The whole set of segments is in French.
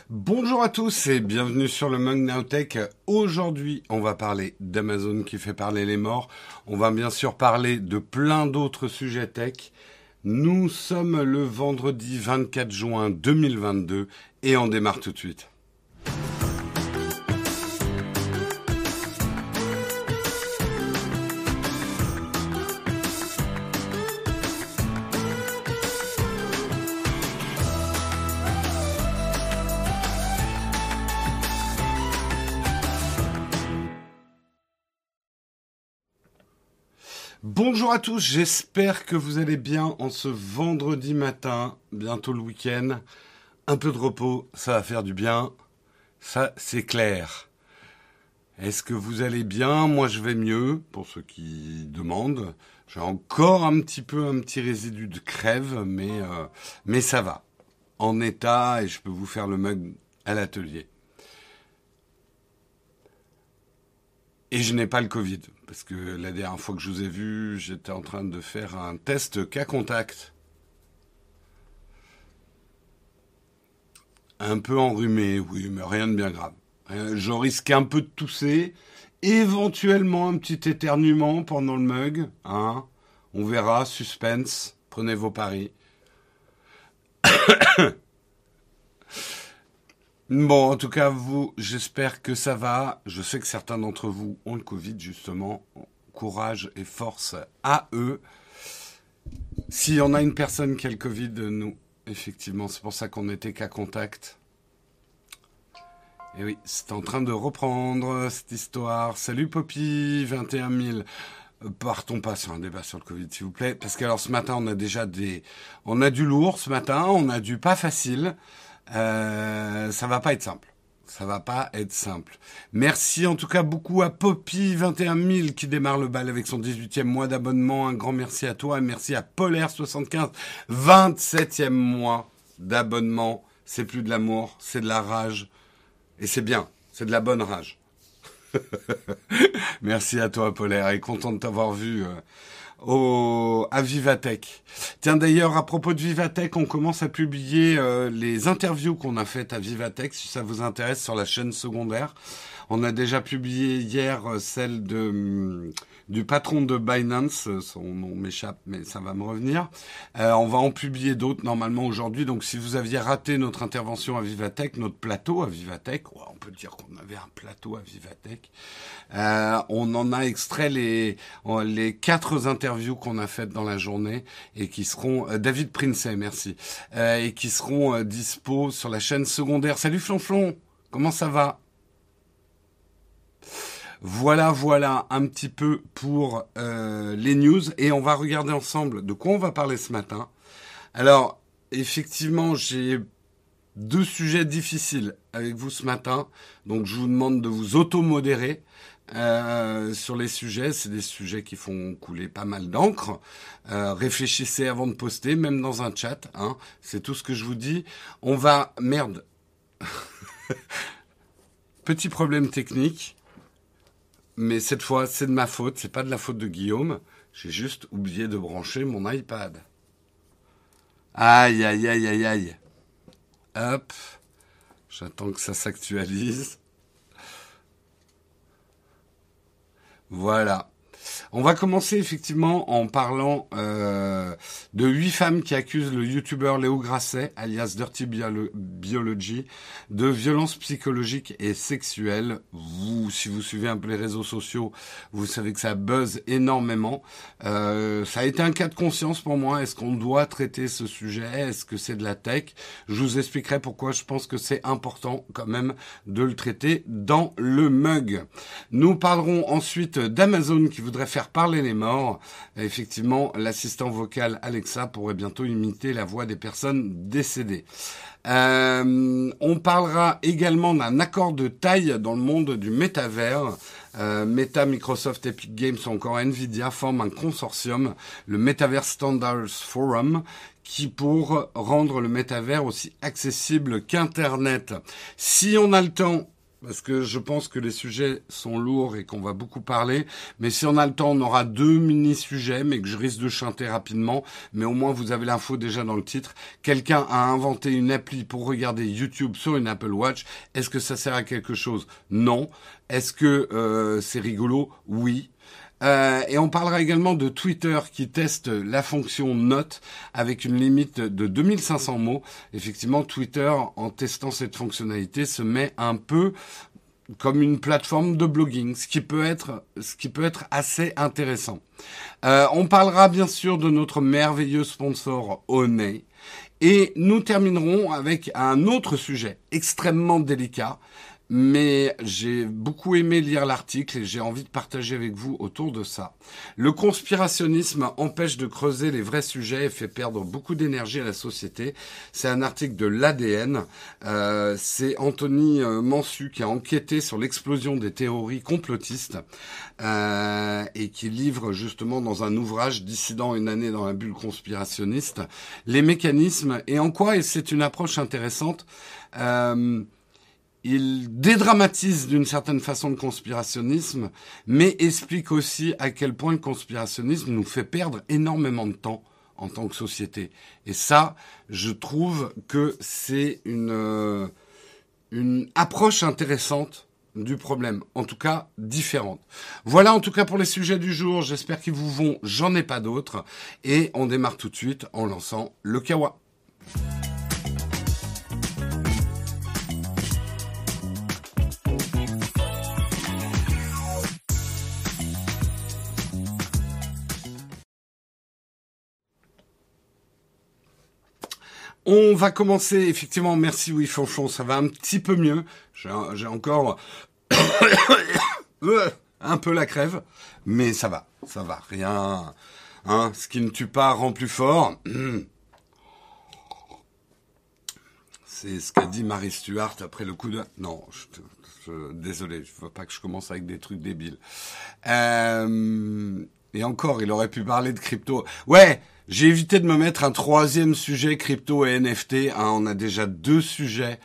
Bonjour à tous et bienvenue sur le Mug Now Tech. Aujourd'hui, on va parler d'Amazon qui fait parler les morts. On va bien sûr parler de plein d'autres sujets tech. Nous sommes le vendredi 24 juin 2022 et on démarre tout de suite. Bonjour à tous, j'espère que vous allez bien en ce vendredi matin, bientôt le week-end. Un peu de repos, ça va faire du bien, ça c'est clair. Est-ce que vous allez bien? Moi je vais mieux, pour ceux qui demandent. J'ai encore un petit résidu de crève, mais ça va. En état, et je peux vous faire le mug à l'atelier. Et je n'ai pas le Covid, parce que la dernière fois que je vous ai vu, j'étais en train de faire un test cas contact. Un peu enrhumé, oui, mais rien de bien grave. Je risque un peu de tousser, éventuellement un petit éternuement pendant le mug, hein. On verra, suspense, prenez vos paris. Bon, en tout cas, vous, j'espère que ça va. Je sais que certains d'entre vous ont le Covid, justement. Courage et force à eux. S'il y en a une personne qui a le Covid, nous, effectivement, c'est pour ça qu'on était qu'à contact. Et oui, c'est en train de reprendre cette histoire. Salut Poppy, 21 000. Partons pas sur un débat sur le Covid, s'il vous plaît. Parce que alors ce matin, on a du lourd ce matin, on a du pas facile. Ça va pas être simple. Ça va pas être simple. Merci en tout cas beaucoup à Poppy 21 000 qui démarre le bal avec son 18e mois d'abonnement. Un grand merci à toi et merci à Polaire 75 27e mois d'abonnement. C'est plus de l'amour, c'est de la rage et c'est bien. C'est de la bonne rage. Merci à toi Polaire et content de t'avoir vu à Vivatech. Tiens d'ailleurs à propos de Vivatech, on commence à publier les interviews qu'on a faites à Vivatech si ça vous intéresse sur la chaîne secondaire. On a déjà publié hier celle du patron de Binance, son nom m'échappe mais ça va me revenir. On va en publier d'autres normalement aujourd'hui, donc si vous aviez raté notre intervention à Vivatech, notre plateau à Vivatech, ouais, on peut dire qu'on avait un plateau à Vivatech, on en a extrait les 4 interviews qu'on a faites dans la journée et qui seront, David Princey, merci, et qui seront dispo sur la chaîne secondaire. Salut Flonflon, comment ça va ? Voilà un petit peu pour les news et on va regarder ensemble de quoi on va parler ce matin. Alors, effectivement, j'ai 2 sujets difficiles avec vous ce matin, donc je vous demande de vous auto-modérer sur les sujets. C'est des sujets qui font couler pas mal d'encre. Réfléchissez avant de poster, même dans un chat, hein. C'est tout ce que je vous dis. On va... Merde. Petit problème technique. Mais cette fois, c'est de ma faute, c'est pas de la faute de Guillaume. J'ai juste oublié de brancher mon iPad. Aïe, aïe, aïe, aïe, aïe. Hop, j'attends que ça s'actualise. Voilà. On va commencer effectivement en parlant de 8 femmes qui accusent le youtubeur Léo Grasset, alias Dirty Biology, de violences psychologiques et sexuelles. Si vous suivez un peu les réseaux sociaux, vous savez que ça buzz énormément. Ça a été un cas de conscience pour moi. Est-ce qu'on doit traiter ce sujet? Est-ce que c'est de la tech? Je vous expliquerai pourquoi je pense que c'est important quand même de le traiter dans le mug. Nous parlerons ensuite d'Amazon qui voudrait faire parler les morts. Effectivement, l'assistant vocal Alexa pourrait bientôt imiter la voix des personnes décédées. On parlera également d'un accord de taille dans le monde du métavers. Meta, Microsoft, Epic Games ou encore Nvidia forment un consortium, le Metaverse Standards Forum, qui pour rendre le métavers aussi accessible qu'Internet. Si on a le temps, parce que je pense que les sujets sont lourds et qu'on va beaucoup parler. Mais si on a le temps, on aura 2 mini-sujets, mais que je risque de chanter rapidement. Mais au moins, vous avez l'info déjà dans le titre. Quelqu'un a inventé une appli pour regarder YouTube sur une Apple Watch. Est-ce que ça sert à quelque chose? Non. Est-ce que c'est rigolo? Oui. Et on parlera également de Twitter qui teste la fonction note avec une limite de 2500 mots. Effectivement, Twitter, en testant cette fonctionnalité, se met un peu comme une plateforme de blogging, ce qui peut être assez intéressant. On parlera bien sûr de notre merveilleux sponsor Honey. Et nous terminerons avec un autre sujet extrêmement délicat. Mais j'ai beaucoup aimé lire l'article et j'ai envie de partager avec vous autour de ça. Le conspirationnisme empêche de creuser les vrais sujets et fait perdre beaucoup d'énergie à la société. C'est un article de l'ADN. C'est Anthony Mansu qui a enquêté sur l'explosion des théories complotistes et qui livre justement dans un ouvrage Dissident une année dans la bulle conspirationniste les mécanismes et en quoi, et c'est une approche intéressante, il dédramatise d'une certaine façon le conspirationnisme, mais explique aussi à quel point le conspirationnisme nous fait perdre énormément de temps en tant que société. Et ça, je trouve que c'est une approche intéressante du problème, en tout cas différente. Voilà en tout cas pour les sujets du jour, j'espère qu'ils vous vont, j'en ai pas d'autres, et on démarre tout de suite en lançant le Kawa. On va commencer, effectivement, merci oui Fanchon, ça va un petit peu mieux. J'ai encore un peu la crève, mais ça va, rien. Hein, ce qui ne tue pas rend plus fort. C'est ce qu'a dit Marie Stuart après le coup de... Non, désolé, je veux pas que je commence avec des trucs débiles. Et encore, il aurait pu parler de crypto. Ouais, j'ai évité de me mettre un troisième sujet crypto et NFT. Hein, on a déjà deux sujets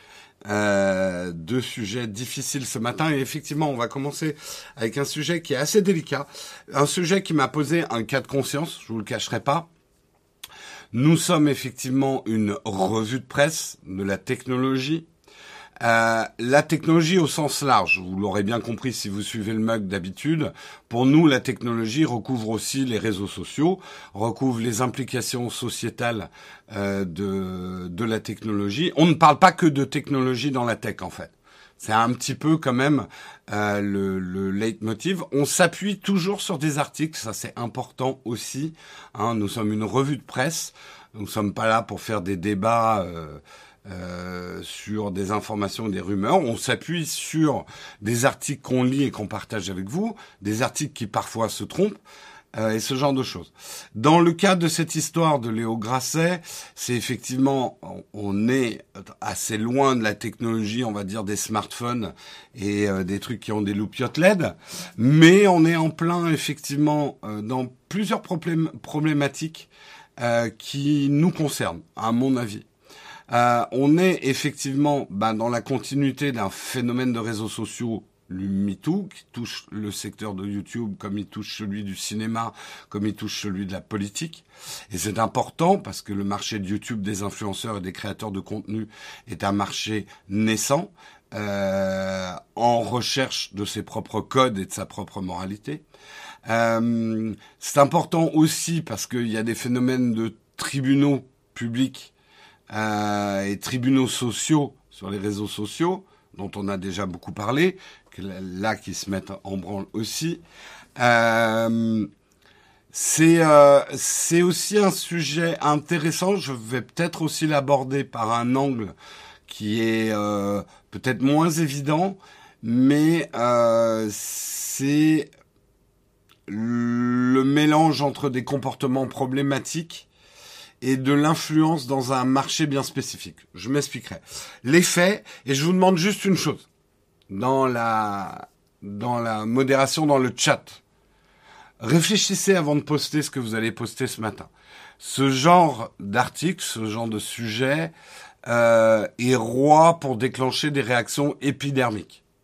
difficiles ce matin. Et effectivement, on va commencer avec un sujet qui est assez délicat. Un sujet qui m'a posé un cas de conscience, je vous le cacherai pas. Nous sommes effectivement une revue de presse de la technologie. La technologie au sens large, vous l'aurez bien compris si vous suivez le mug d'habitude, pour nous la technologie recouvre aussi les réseaux sociaux, recouvre les implications sociétales de la technologie. On ne parle pas que de technologie dans la tech en fait. C'est un petit peu quand même le leitmotiv. On s'appuie toujours sur des articles, ça c'est important aussi. Hein, nous sommes une revue de presse, nous ne sommes pas là pour faire des débats sur des informations, des rumeurs. On s'appuie sur des articles qu'on lit et qu'on partage avec vous, des articles qui parfois se trompent, et ce genre de choses. Dans le cas de cette histoire de Léo Grasset, c'est effectivement, on est assez loin de la technologie, on va dire des smartphones et des trucs qui ont des loupiottes LED, mais on est en plein effectivement dans plusieurs problématiques qui nous concernent, à mon avis. On est effectivement dans la continuité d'un phénomène de réseaux sociaux, le MeToo, qui touche le secteur de YouTube comme il touche celui du cinéma, comme il touche celui de la politique. Et c'est important parce que le marché de YouTube des influenceurs et des créateurs de contenu est un marché naissant, en recherche de ses propres codes et de sa propre moralité. C'est important aussi parce qu'il y a des phénomènes de tribunaux publics et tribunaux sociaux sur les réseaux sociaux, dont on a déjà beaucoup parlé, là qui se mettent en branle aussi. C'est aussi un sujet intéressant, je vais peut-être aussi l'aborder par un angle qui est peut-être moins évident, mais c'est le mélange entre des comportements problématiques et de l'influence dans un marché bien spécifique. Je m'expliquerai. Les faits, et je vous demande juste une chose, dans la modération, dans le chat, réfléchissez avant de poster ce que vous allez poster ce matin. Ce genre d'article, ce genre de sujet est roi pour déclencher des réactions épidermiques.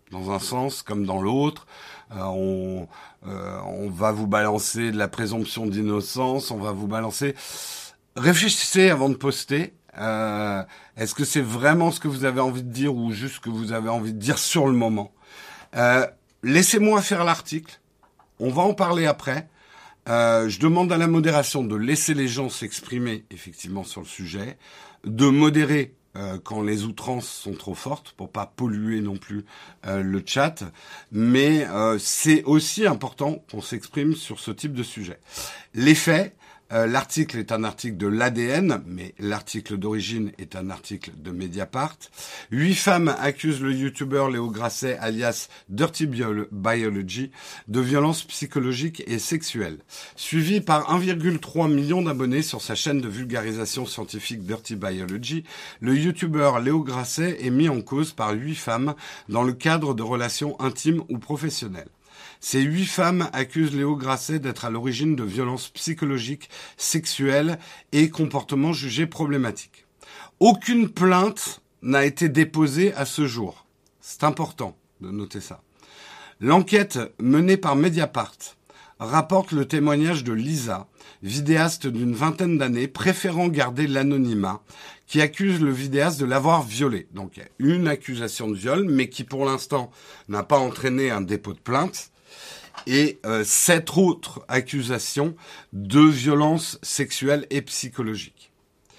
dans un sens comme dans l'autre. On va vous balancer de la présomption d'innocence, on va vous balancer... Réfléchissez avant de poster. Est-ce que c'est vraiment ce que vous avez envie de dire ou juste ce que vous avez envie de dire sur le moment? Laissez-moi faire l'article. On va en parler après. Je demande à la modération de laisser les gens s'exprimer effectivement sur le sujet, de modérer quand les outrances sont trop fortes pour pas polluer non plus le chat, mais c'est aussi important qu'on s'exprime sur ce type de sujet. Les faits, l'article est un article de l'ADN, mais l'article d'origine est un article de Mediapart. 8 femmes accusent le youtubeur Léo Grasset, alias Dirty Biology, de violences psychologiques et sexuelles. Suivi par 1,3 million d'abonnés sur sa chaîne de vulgarisation scientifique Dirty Biology, le youtubeur Léo Grasset est mis en cause par 8 femmes dans le cadre de relations intimes ou professionnelles. Ces 8 femmes accusent Léo Grasset d'être à l'origine de violences psychologiques, sexuelles et comportements jugés problématiques. Aucune plainte n'a été déposée à ce jour. C'est important de noter ça. L'enquête menée par Mediapart rapporte le témoignage de Lisa, vidéaste d'une vingtaine d'années, préférant garder l'anonymat, qui accuse le vidéaste de l'avoir violée. Donc il y a une accusation de viol, mais qui pour l'instant n'a pas entraîné un dépôt de plainte. Et 7 autres accusations de violences sexuelles et psychologiques.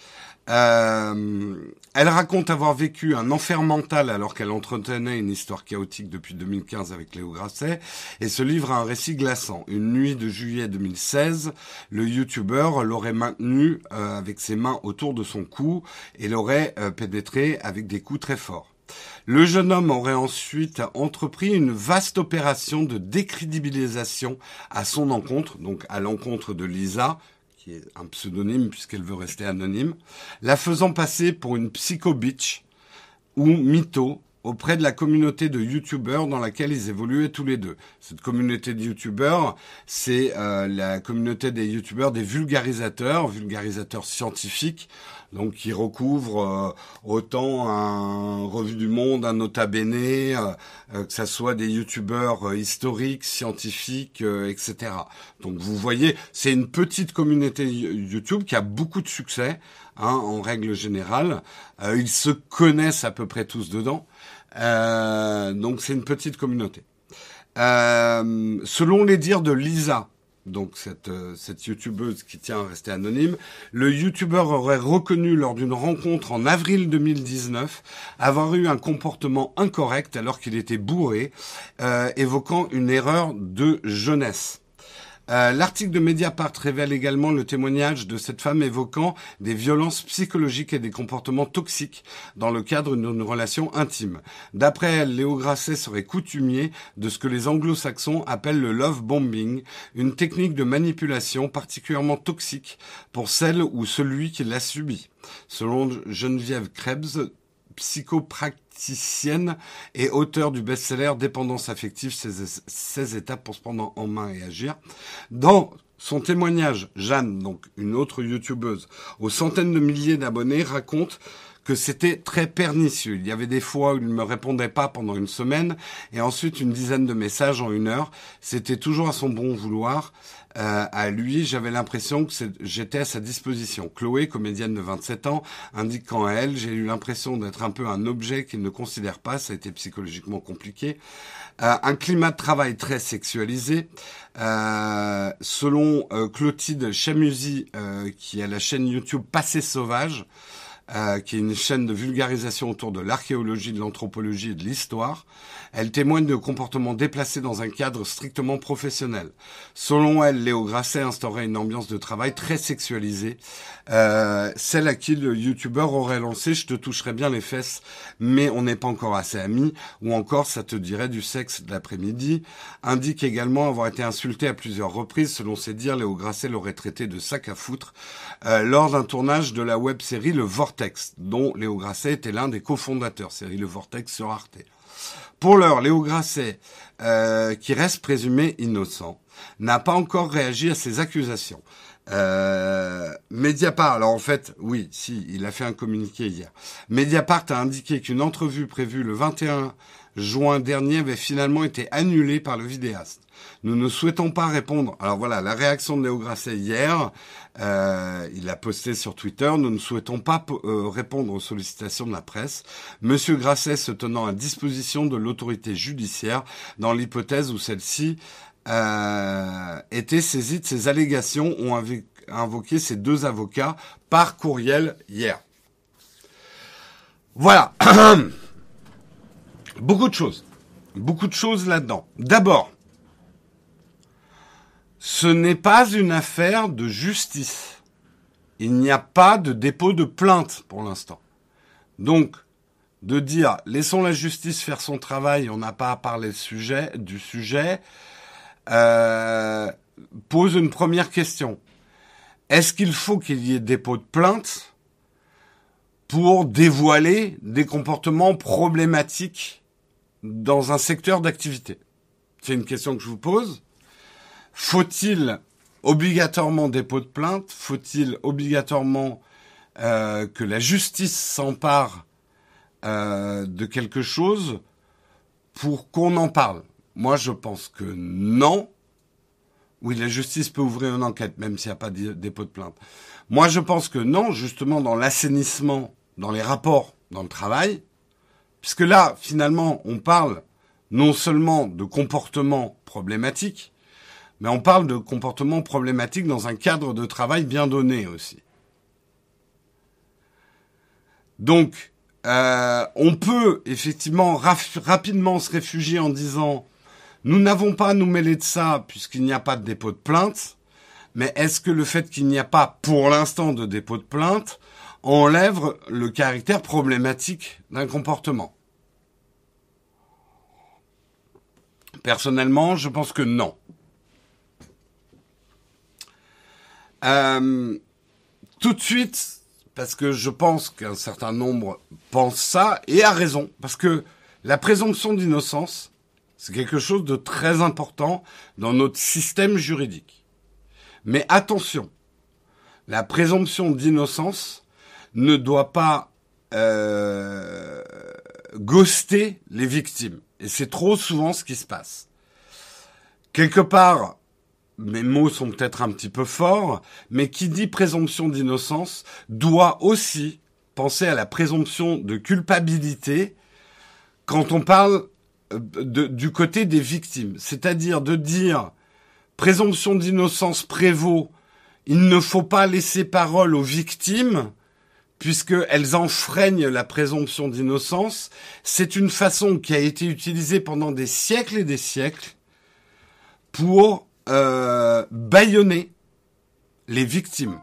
Elle raconte avoir vécu un enfer mental alors qu'elle entretenait une histoire chaotique depuis 2015 avec Léo Grasset et se livre à un récit glaçant. Une nuit de juillet 2016, le youtubeur l'aurait maintenu avec ses mains autour de son cou et l'aurait pénétré avec des coups très forts. Le jeune homme aurait ensuite entrepris une vaste opération de décrédibilisation à son encontre, donc à l'encontre de Lisa, qui est un pseudonyme puisqu'elle veut rester anonyme, la faisant passer pour une psycho-bitch ou mytho auprès de la communauté de youtubeurs dans laquelle ils évoluaient tous les deux. Cette communauté de youtubeurs, c'est la communauté des youtubeurs, des vulgarisateurs scientifiques, donc qui recouvrent autant un Revue du Monde, un Nota Bene, que ça soit des youtubeurs historiques, scientifiques, etc. Donc vous voyez, c'est une petite communauté YouTube qui a beaucoup de succès, en règle générale. Ils se connaissent à peu près tous dedans. Donc c'est une petite communauté. Selon les dires de Lisa, donc cette youtubeuse qui tient à rester anonyme, le youtubeur aurait reconnu lors d'une rencontre en avril 2019 avoir eu un comportement incorrect alors qu'il était bourré, évoquant une erreur de jeunesse. L'article de Mediapart révèle également le témoignage de cette femme évoquant des violences psychologiques et des comportements toxiques dans le cadre d'une relation intime. D'après elle, Léo Grasset serait coutumier de ce que les anglo-saxons appellent le love bombing, une technique de manipulation particulièrement toxique pour celle ou celui qui l'a subie. Selon Geneviève Krebs, psychopraticienne et auteure du best-seller Dépendance affective, 16 étapes pour se prendre en main et agir. Dans son témoignage, Jeanne, donc une autre youtubeuse, aux centaines de milliers d'abonnés, raconte que c'était très pernicieux. Il y avait des fois où il ne me répondait pas pendant une semaine et ensuite une dizaine de messages en 1 heure. C'était toujours à son bon vouloir. À lui, j'avais l'impression que j'étais à sa disposition. Chloé, comédienne de 27 ans, indique qu'en elle, j'ai eu l'impression d'être un peu un objet qu'il ne considère pas. Ça a été psychologiquement compliqué. Un climat de travail très sexualisé. Selon Clotilde Chamuzy, qui a la chaîne YouTube Passé Sauvage, qui est une chaîne de vulgarisation autour de l'archéologie, de l'anthropologie et de l'histoire. Elle témoigne de comportements déplacés dans un cadre strictement professionnel. Selon elle, Léo Grasset instaurait une ambiance de travail très sexualisée, celle à qui le youtubeur aurait lancé « Je te toucherai bien les fesses, mais on n'est pas encore assez amis » ou encore « Ça te dirait du sexe de l'après-midi » indique également avoir été insulté à plusieurs reprises. Selon ses dires, Léo Grasset l'aurait traité de sac à foutre lors d'un tournage de la web-série Le Vortex, dont Léo Grasset était l'un des cofondateurs, série Le Vortex sur Arte. Pour l'heure, Léo Grasset, qui reste présumé innocent, n'a pas encore réagi à ces accusations. Mediapart, alors en fait, oui, si, il a fait un communiqué hier. Mediapart a indiqué qu'une entrevue prévue le 21 juin dernier avait finalement été annulée par le vidéaste. Nous ne souhaitons pas répondre. Alors voilà, la réaction de Léo Grasset hier, il a posté sur Twitter, nous ne souhaitons pas répondre aux sollicitations de la presse. Monsieur Grasset se tenant à disposition de l'autorité judiciaire dans l'hypothèse où celle-ci été saisie de ces allégations, ont invoqué ces deux avocats par courriel hier. Voilà. Beaucoup de choses là-dedans. D'abord, ce n'est pas une affaire de justice. Il n'y a pas de dépôt de plainte pour l'instant. Donc, de dire « laissons la justice faire son travail, on n'a pas à parler du sujet », pose une première question. Est-ce qu'il faut qu'il y ait dépôt de plainte pour dévoiler des comportements problématiques dans un secteur d'activité? C'est une question que je vous pose. Faut-il obligatoirement dépôt de plainte? Faut-il obligatoirement que la justice s'empare de quelque chose pour qu'on en parle? Moi, je pense que non. Oui, la justice peut ouvrir une enquête, même s'il n'y a pas de dépôt de plainte. Moi, je pense que non, justement, dans l'assainissement, dans les rapports, dans le travail, puisque là, finalement, on parle non seulement de comportements problématiques, mais on parle de comportements problématiques dans un cadre de travail bien donné aussi. Donc, on peut effectivement rapidement se réfugier en disant « Nous n'avons pas à nous mêler de ça puisqu'il n'y a pas de dépôt de plainte », mais est-ce que le fait qu'il n'y a pas pour l'instant de dépôt de plainte enlève le caractère problématique d'un comportement? Personnellement, je pense que non. Tout de suite, parce que je pense qu'un certain nombre pensent ça, et a raison, parce que la présomption d'innocence, c'est quelque chose de très important dans notre système juridique. Mais attention, la présomption d'innocence ne doit pas ghoster les victimes. Et c'est trop souvent ce qui se passe. Quelque part, mes mots sont peut-être un petit peu forts, mais qui dit présomption d'innocence doit aussi penser à la présomption de culpabilité quand on parle du côté des victimes. C'est-à-dire de dire présomption d'innocence prévaut, il ne faut pas laisser parole aux victimes puisqu'elles enfreignent la présomption d'innocence. C'est une façon qui a été utilisée pendant des siècles et des siècles pour bâillonner les victimes.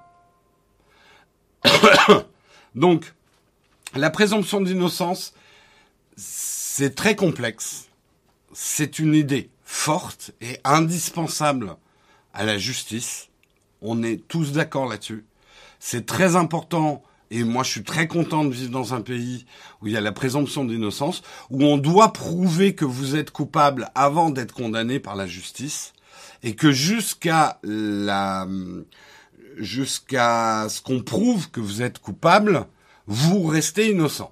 Donc, la présomption d'innocence, c'est très complexe. C'est une idée forte et indispensable à la justice. On est tous d'accord là-dessus. C'est très important, et moi je suis très content de vivre dans un pays où il y a la présomption d'innocence, où on doit prouver que vous êtes coupable avant d'être condamné par la justice, et que jusqu'à ce qu'on prouve que vous êtes coupable, vous restez innocent.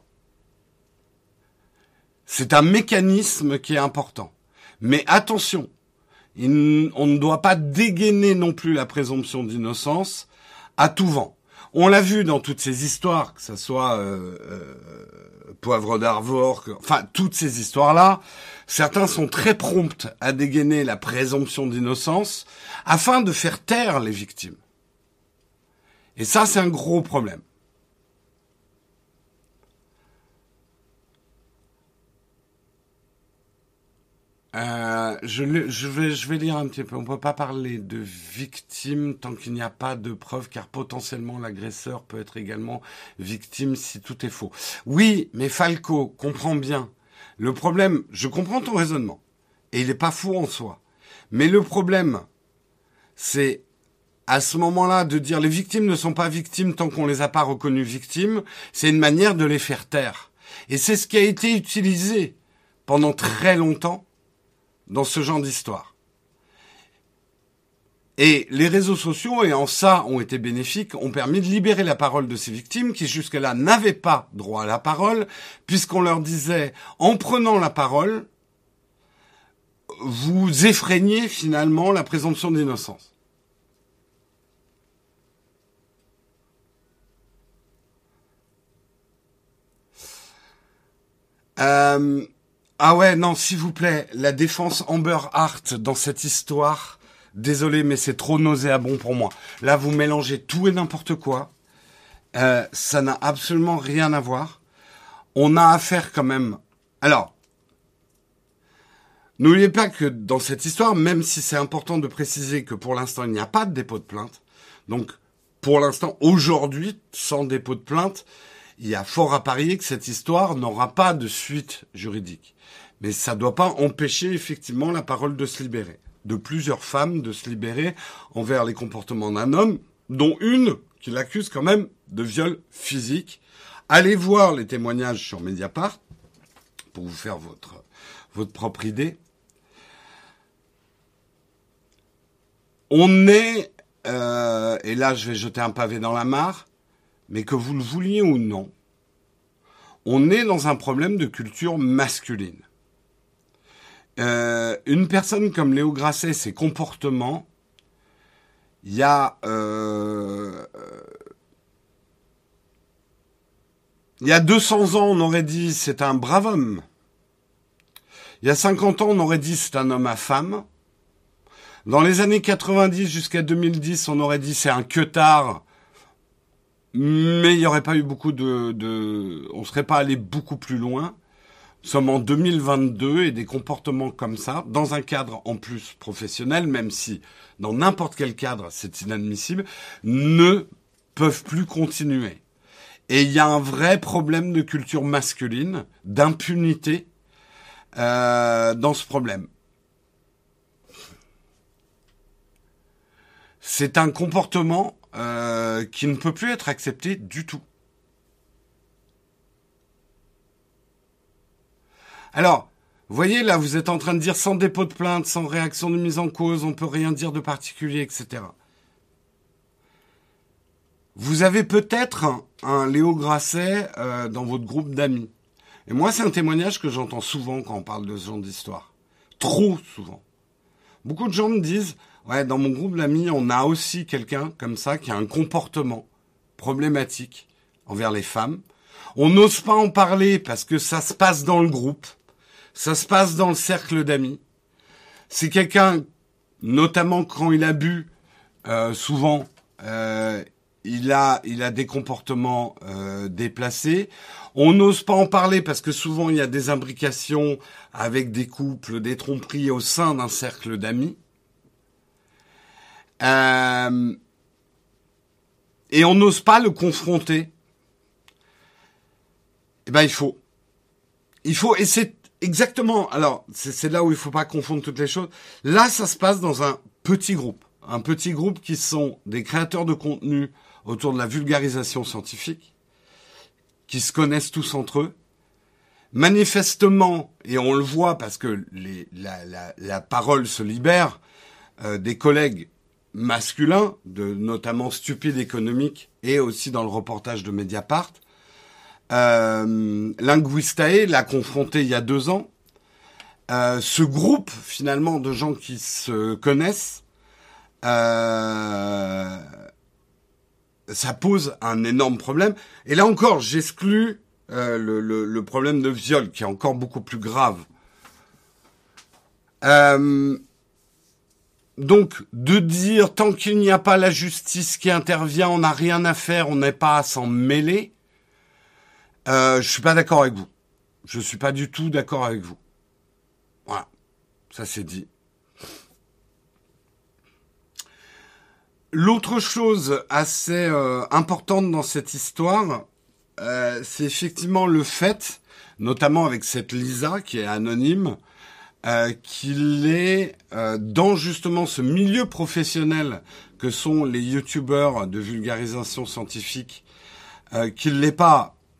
C'est un mécanisme qui est important. Mais attention, on ne doit pas dégainer non plus la présomption d'innocence à tout vent. On l'a vu dans toutes ces histoires, que ce soit Poivre d'Arvor, enfin toutes ces histoires-là, certains sont très prompts à dégainer la présomption d'innocence afin de faire taire les victimes. Et ça, c'est un gros problème. Je vais lire un petit peu. On peut pas parler de victime tant qu'il n'y a pas de preuves, car potentiellement l'agresseur peut être également victime si tout est faux. Oui, mais Falco, comprends bien. Le problème, je comprends ton raisonnement, et il n'est pas faux en soi. Mais le problème, c'est à ce moment-là de dire les victimes ne sont pas victimes tant qu'on les a pas reconnues victimes, c'est une manière de les faire taire. Et c'est ce qui a été utilisé pendant très longtemps dans ce genre d'histoire. Et les réseaux sociaux, et en ça ont été bénéfiques, ont permis de libérer la parole de ces victimes qui jusque-là n'avaient pas droit à la parole, puisqu'on leur disait, en prenant la parole, vous effreignez finalement la présomption d'innocence. Ah ouais, non, s'il vous plaît, la défense Amber Hart dans cette histoire, désolé, mais c'est trop nauséabond pour moi. Là, vous mélangez tout et n'importe quoi. Ça n'a absolument rien à voir. On a affaire quand même... Alors, n'oubliez pas que dans cette histoire, même si c'est important de préciser que pour l'instant, il n'y a pas de dépôt de plainte, donc pour l'instant, aujourd'hui, sans dépôt de plainte, il y a fort à parier que cette histoire n'aura pas de suite juridique. Mais ça ne doit pas empêcher effectivement la parole de se libérer, de plusieurs femmes de se libérer envers les comportements d'un homme, dont une qui l'accuse quand même de viol physique. Allez voir les témoignages sur Mediapart pour vous faire votre propre idée. On est, et là je vais jeter un pavé dans la mare, mais que vous le vouliez ou non, on est dans un problème de culture masculine. Une personne comme Léo Grasset, ses comportements, il y a 200 ans, on aurait dit c'est un brave homme. Il y a 50 ans, on aurait dit c'est un homme à femme. Dans les années 90 jusqu'à 2010, on aurait dit c'est un queutard. Mais il n'y aurait pas eu beaucoup on serait pas allé beaucoup plus loin. Nous sommes en 2022 et des comportements comme ça, dans un cadre en plus professionnel, même si dans n'importe quel cadre c'est inadmissible, ne peuvent plus continuer. Et il y a un vrai problème de culture masculine, d'impunité dans ce problème. C'est un comportement qui ne peut plus être accepté du tout. Alors, vous voyez, là, vous êtes en train de dire sans dépôt de plainte, sans réaction de mise en cause, on peut rien dire de particulier, etc. Vous avez peut-être un Léo Grasset dans votre groupe d'amis. Et moi, c'est un témoignage que j'entends souvent quand on parle de ce genre d'histoire. Trop souvent. Beaucoup de gens me disent, ouais, dans mon groupe d'amis, on a aussi quelqu'un comme ça qui a un comportement problématique envers les femmes. On n'ose pas en parler parce que ça se passe dans le groupe, ça se passe dans le cercle d'amis. C'est quelqu'un, notamment quand il a bu, souvent, il a des comportements déplacés. On n'ose pas en parler parce que souvent il y a des imbrications avec des couples, des tromperies au sein d'un cercle d'amis. Et on n'ose pas le confronter. Eh ben il faut, et c'est exactement. Alors c'est là où il faut pas confondre toutes les choses. Là, ça se passe dans un petit groupe qui sont des créateurs de contenu autour de la vulgarisation scientifique, qui se connaissent tous entre eux. Manifestement, et on le voit parce que la parole se libère, des collègues masculins, notamment Stupide Économique et aussi dans le reportage de Mediapart. Linguistae l'a confronté il y a 2 ans. Ce groupe, finalement, de gens qui se connaissent, ça pose un énorme problème. Et là encore, j'exclus le problème de viol, qui est encore beaucoup plus grave. Donc, de dire, tant qu'il n'y a pas la justice qui intervient, on n'a rien à faire, on n'est pas à s'en mêler, je suis pas d'accord avec vous. Je suis pas du tout d'accord avec vous. Voilà. Ça c'est dit. L'autre chose assez importante dans cette histoire, c'est effectivement le fait, notamment avec cette Lisa qui est anonyme, qu'il est dans justement ce milieu professionnel que sont les youtubeurs de vulgarisation scientifique, qu'il l'est pas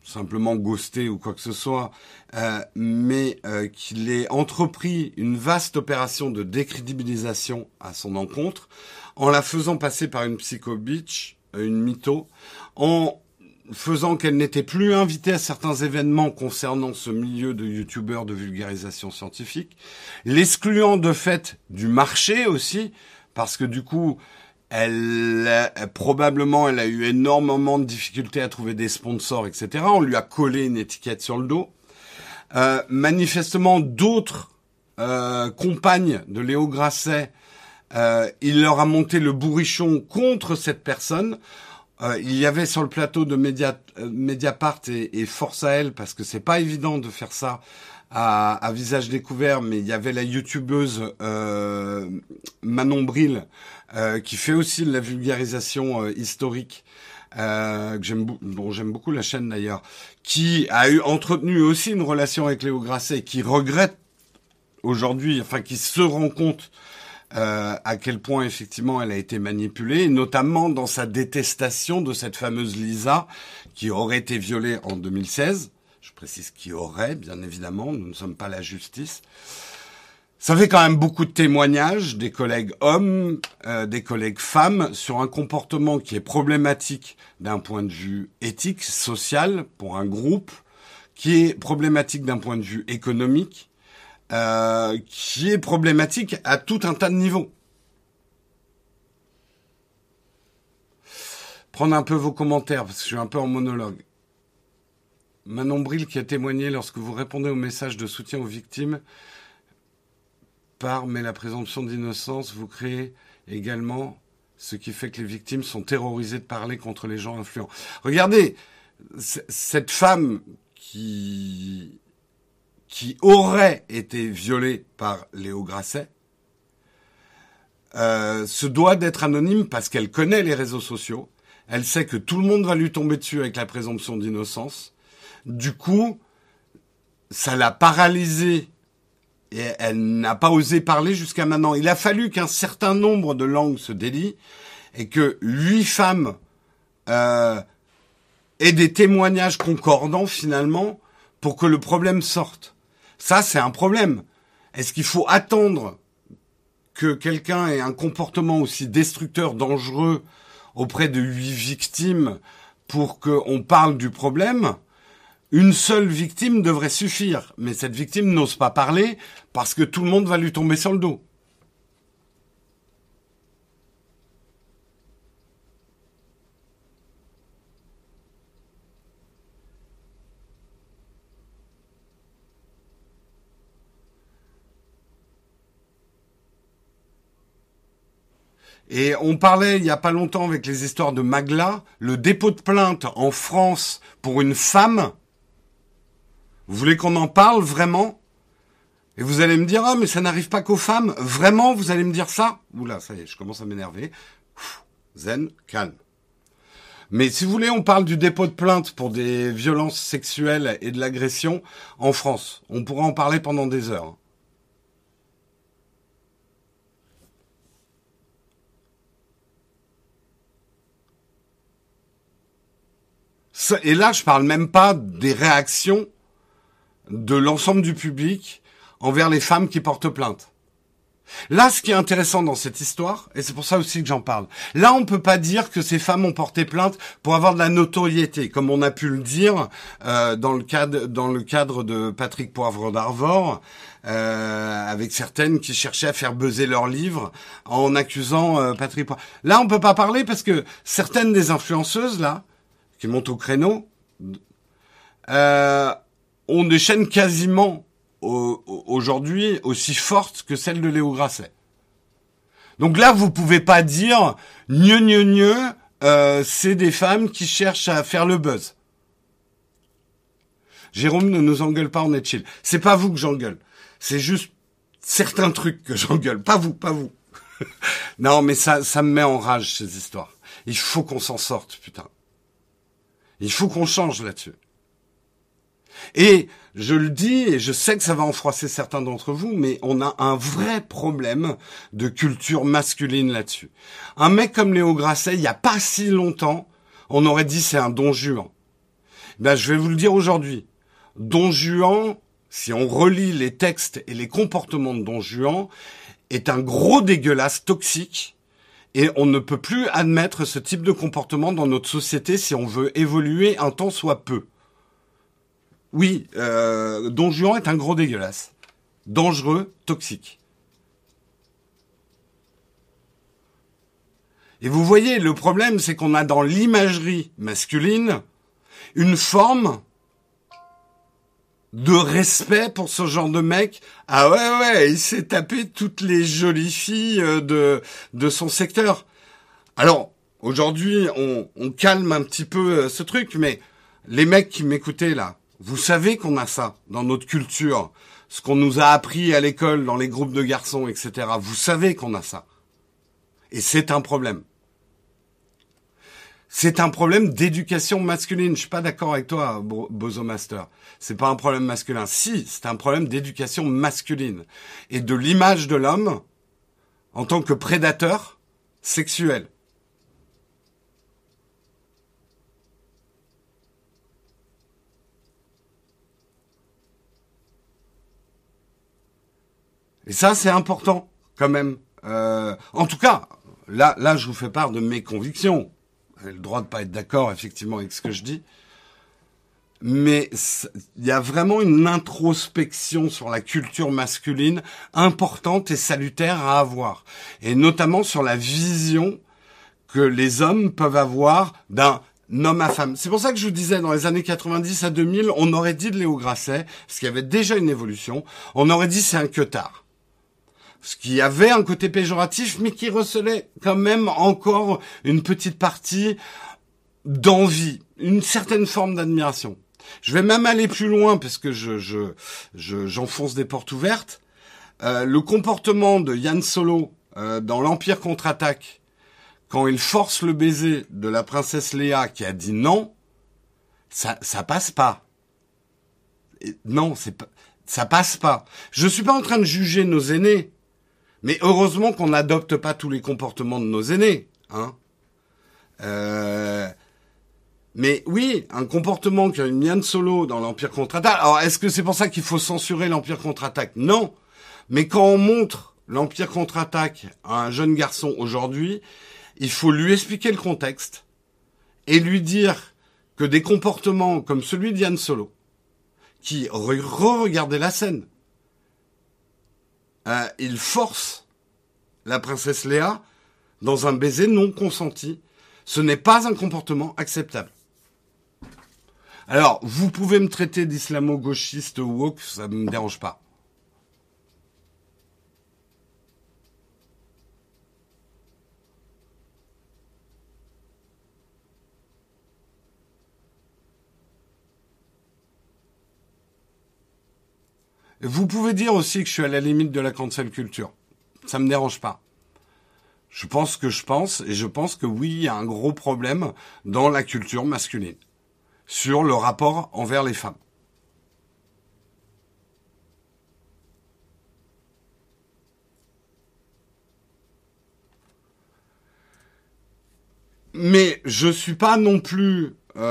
simplement ghosté ou quoi que ce soit, mais qu'il ait entrepris une vaste opération de décrédibilisation à son encontre, en la faisant passer par une psycho-bitch, une mytho, en faisant qu'elle n'était plus invitée à certains événements concernant ce milieu de youtubeurs de vulgarisation scientifique, l'excluant de fait du marché aussi, parce que du coup, probablement, elle a eu énormément de difficultés à trouver des sponsors, etc. On lui a collé une étiquette sur le dos. Manifestement, d'autres compagnes de Léo Grasset, il leur a monté le bourrichon contre cette personne. Il y avait sur le plateau de Mediapart et Force à elle, parce que c'est pas évident de faire ça à visage découvert, mais il y avait la youtubeuse Manon Bril, qui fait aussi de la vulgarisation historique, que j'aime beaucoup la chaîne d'ailleurs, qui a entretenu aussi une relation avec Léo Grasset, et qui regrette aujourd'hui, enfin qui se rend compte à quel point effectivement elle a été manipulée, notamment dans sa détestation de cette fameuse Lisa qui aurait été violée en 2016. Je précise qui aurait, bien évidemment, nous ne sommes pas la justice. Ça fait quand même beaucoup de témoignages des collègues hommes, des collègues femmes, sur un comportement qui est problématique d'un point de vue éthique, social, pour un groupe, qui est problématique d'un point de vue économique, qui est problématique à tout un tas de niveaux. Prendre un peu vos commentaires, parce que je suis un peu en monologue. Manon Bril qui a témoigné lorsque vous répondez aux messages de soutien aux victimes mais la présomption d'innocence, vous créez également ce qui fait que les victimes sont terrorisées de parler contre les gens influents. Regardez, cette femme qui aurait été violée par Léo Grasset se doit d'être anonyme parce qu'elle connaît les réseaux sociaux. Elle sait que tout le monde va lui tomber dessus avec la présomption d'innocence. Du coup, ça l'a paralysée et elle n'a pas osé parler jusqu'à maintenant. Il a fallu qu'un certain nombre de langues se délient et que 8 femmes aient des témoignages concordants finalement pour que le problème sorte. Ça, c'est un problème. Est-ce qu'il faut attendre que quelqu'un ait un comportement aussi destructeur, dangereux auprès de 8 victimes pour qu'on parle du problème ? Une seule victime devrait suffire, mais cette victime n'ose pas parler parce que tout le monde va lui tomber sur le dos. Et on parlait il y a pas longtemps avec les histoires de Magla, le dépôt de plainte en France pour une femme. Vous voulez qu'on en parle vraiment ? Et vous allez me dire, ah, mais ça n'arrive pas qu'aux femmes. Vraiment, vous allez me dire ça ? Oula, ça y est, je commence à m'énerver. Zen, calme. Mais si vous voulez, on parle du dépôt de plainte pour des violences sexuelles et de l'agression en France. On pourra en parler pendant des heures. Et là, je parle même pas des réactions de l'ensemble du public envers les femmes qui portent plainte. Là, ce qui est intéressant dans cette histoire, et c'est pour ça aussi que j'en parle, là, on peut pas dire que ces femmes ont porté plainte pour avoir de la notoriété, comme on a pu le dire dans le cadre de Patrick Poivre d'Arvor, avec certaines qui cherchaient à faire buzzer leur livre en accusant Patrick Poivre. Là, on peut pas parler parce que certaines des influenceuses, là, qui montent au créneau, ont des chaînes quasiment aujourd'hui aussi fortes que celles de Léo Grasset. Donc là, vous pouvez pas dire c'est des femmes qui cherchent à faire le buzz. Jérôme, ne nous engueule pas, on est chill. C'est pas vous que j'engueule. C'est juste certains trucs que j'engueule. Pas vous. Non, mais ça me met en rage, ces histoires. Il faut qu'on s'en sorte, putain. Il faut qu'on change là-dessus. Et je le dis, et je sais que ça va en froisser certains d'entre vous, mais on a un vrai problème de culture masculine là-dessus. Un mec comme Léo Grasset, il n'y a pas si longtemps, on aurait dit c'est un don Juan. Ben, je vais vous le dire aujourd'hui. Don Juan, si on relit les textes et les comportements de Don Juan, est un gros dégueulasse toxique et on ne peut plus admettre ce type de comportement dans notre société si on veut évoluer un tant soit peu. Oui, Don Juan est un gros dégueulasse. Dangereux, toxique. Et vous voyez, le problème, c'est qu'on a dans l'imagerie masculine une forme de respect pour ce genre de mec. Ah ouais, il s'est tapé toutes les jolies filles de son secteur. Alors, aujourd'hui, on calme un petit peu ce truc, mais les mecs qui m'écoutaient là, vous savez qu'on a ça dans notre culture, ce qu'on nous a appris à l'école, dans les groupes de garçons, etc. Vous savez qu'on a ça. Et c'est un problème. C'est un problème d'éducation masculine. Je suis pas d'accord avec toi, Bozo Master. C'est pas un problème masculin. Si, c'est un problème d'éducation masculine. Et de l'image de l'homme en tant que prédateur sexuel. Et ça, c'est important, quand même. En tout cas, là, je vous fais part de mes convictions. Vous avez le droit de pas être d'accord, effectivement, avec ce que je dis. Mais il y a vraiment une introspection sur la culture masculine importante et salutaire à avoir. Et notamment sur la vision que les hommes peuvent avoir d'un homme à femme. C'est pour ça que je vous disais, dans les années 90 à 2000, on aurait dit de Léo Grasset, parce qu'il y avait déjà une évolution, on aurait dit c'est un queutard. Ce qui avait un côté péjoratif, mais qui recelait quand même encore une petite partie d'envie, une certaine forme d'admiration. Je vais même aller plus loin, parce que j'enfonce des portes ouvertes. Le comportement de Yann Solo dans l'Empire contre-attaque, quand il force le baiser de la princesse Léa qui a dit non, ça passe pas. Non, ça passe pas. Je suis pas en train de juger nos aînés. Mais heureusement qu'on n'adopte pas tous les comportements de nos aînés, hein. Mais oui, un comportement qu'a une Yann Solo dans l'Empire contre-attaque. Alors, est-ce que c'est pour ça qu'il faut censurer l'Empire contre-attaque? Non. Mais quand on montre l'Empire contre-attaque à un jeune garçon aujourd'hui, il faut lui expliquer le contexte et lui dire que des comportements comme celui de Yann Solo, qui re-regardez la scène, il force la princesse Léa dans un baiser non consenti. Ce n'est pas un comportement acceptable. Alors, vous pouvez me traiter d'islamo-gauchiste woke, ça ne me dérange pas. Vous pouvez dire aussi que je suis à la limite de la cancel culture. Ça me dérange pas. Je pense ce que je pense, et je pense que oui, il y a un gros problème dans la culture masculine, sur le rapport envers les femmes. Mais je suis pas non plus...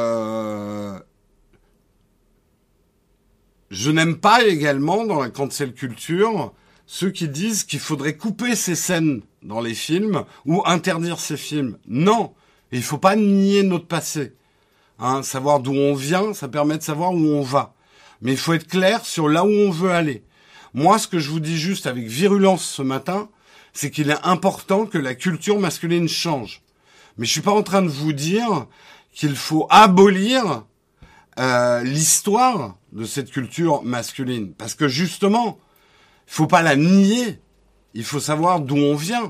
Je n'aime pas également, dans la cancel culture, ceux qui disent qu'il faudrait couper ces scènes dans les films ou interdire ces films. Non, il faut pas nier notre passé. Hein, savoir d'où on vient, ça permet de savoir où on va. Mais il faut être clair sur là où on veut aller. Moi, ce que je vous dis juste avec virulence ce matin, c'est qu'il est important que la culture masculine change. Mais je suis pas en train de vous dire qu'il faut abolir l'histoire de cette culture masculine. Parce que justement, il faut pas la nier. Il faut savoir d'où on vient.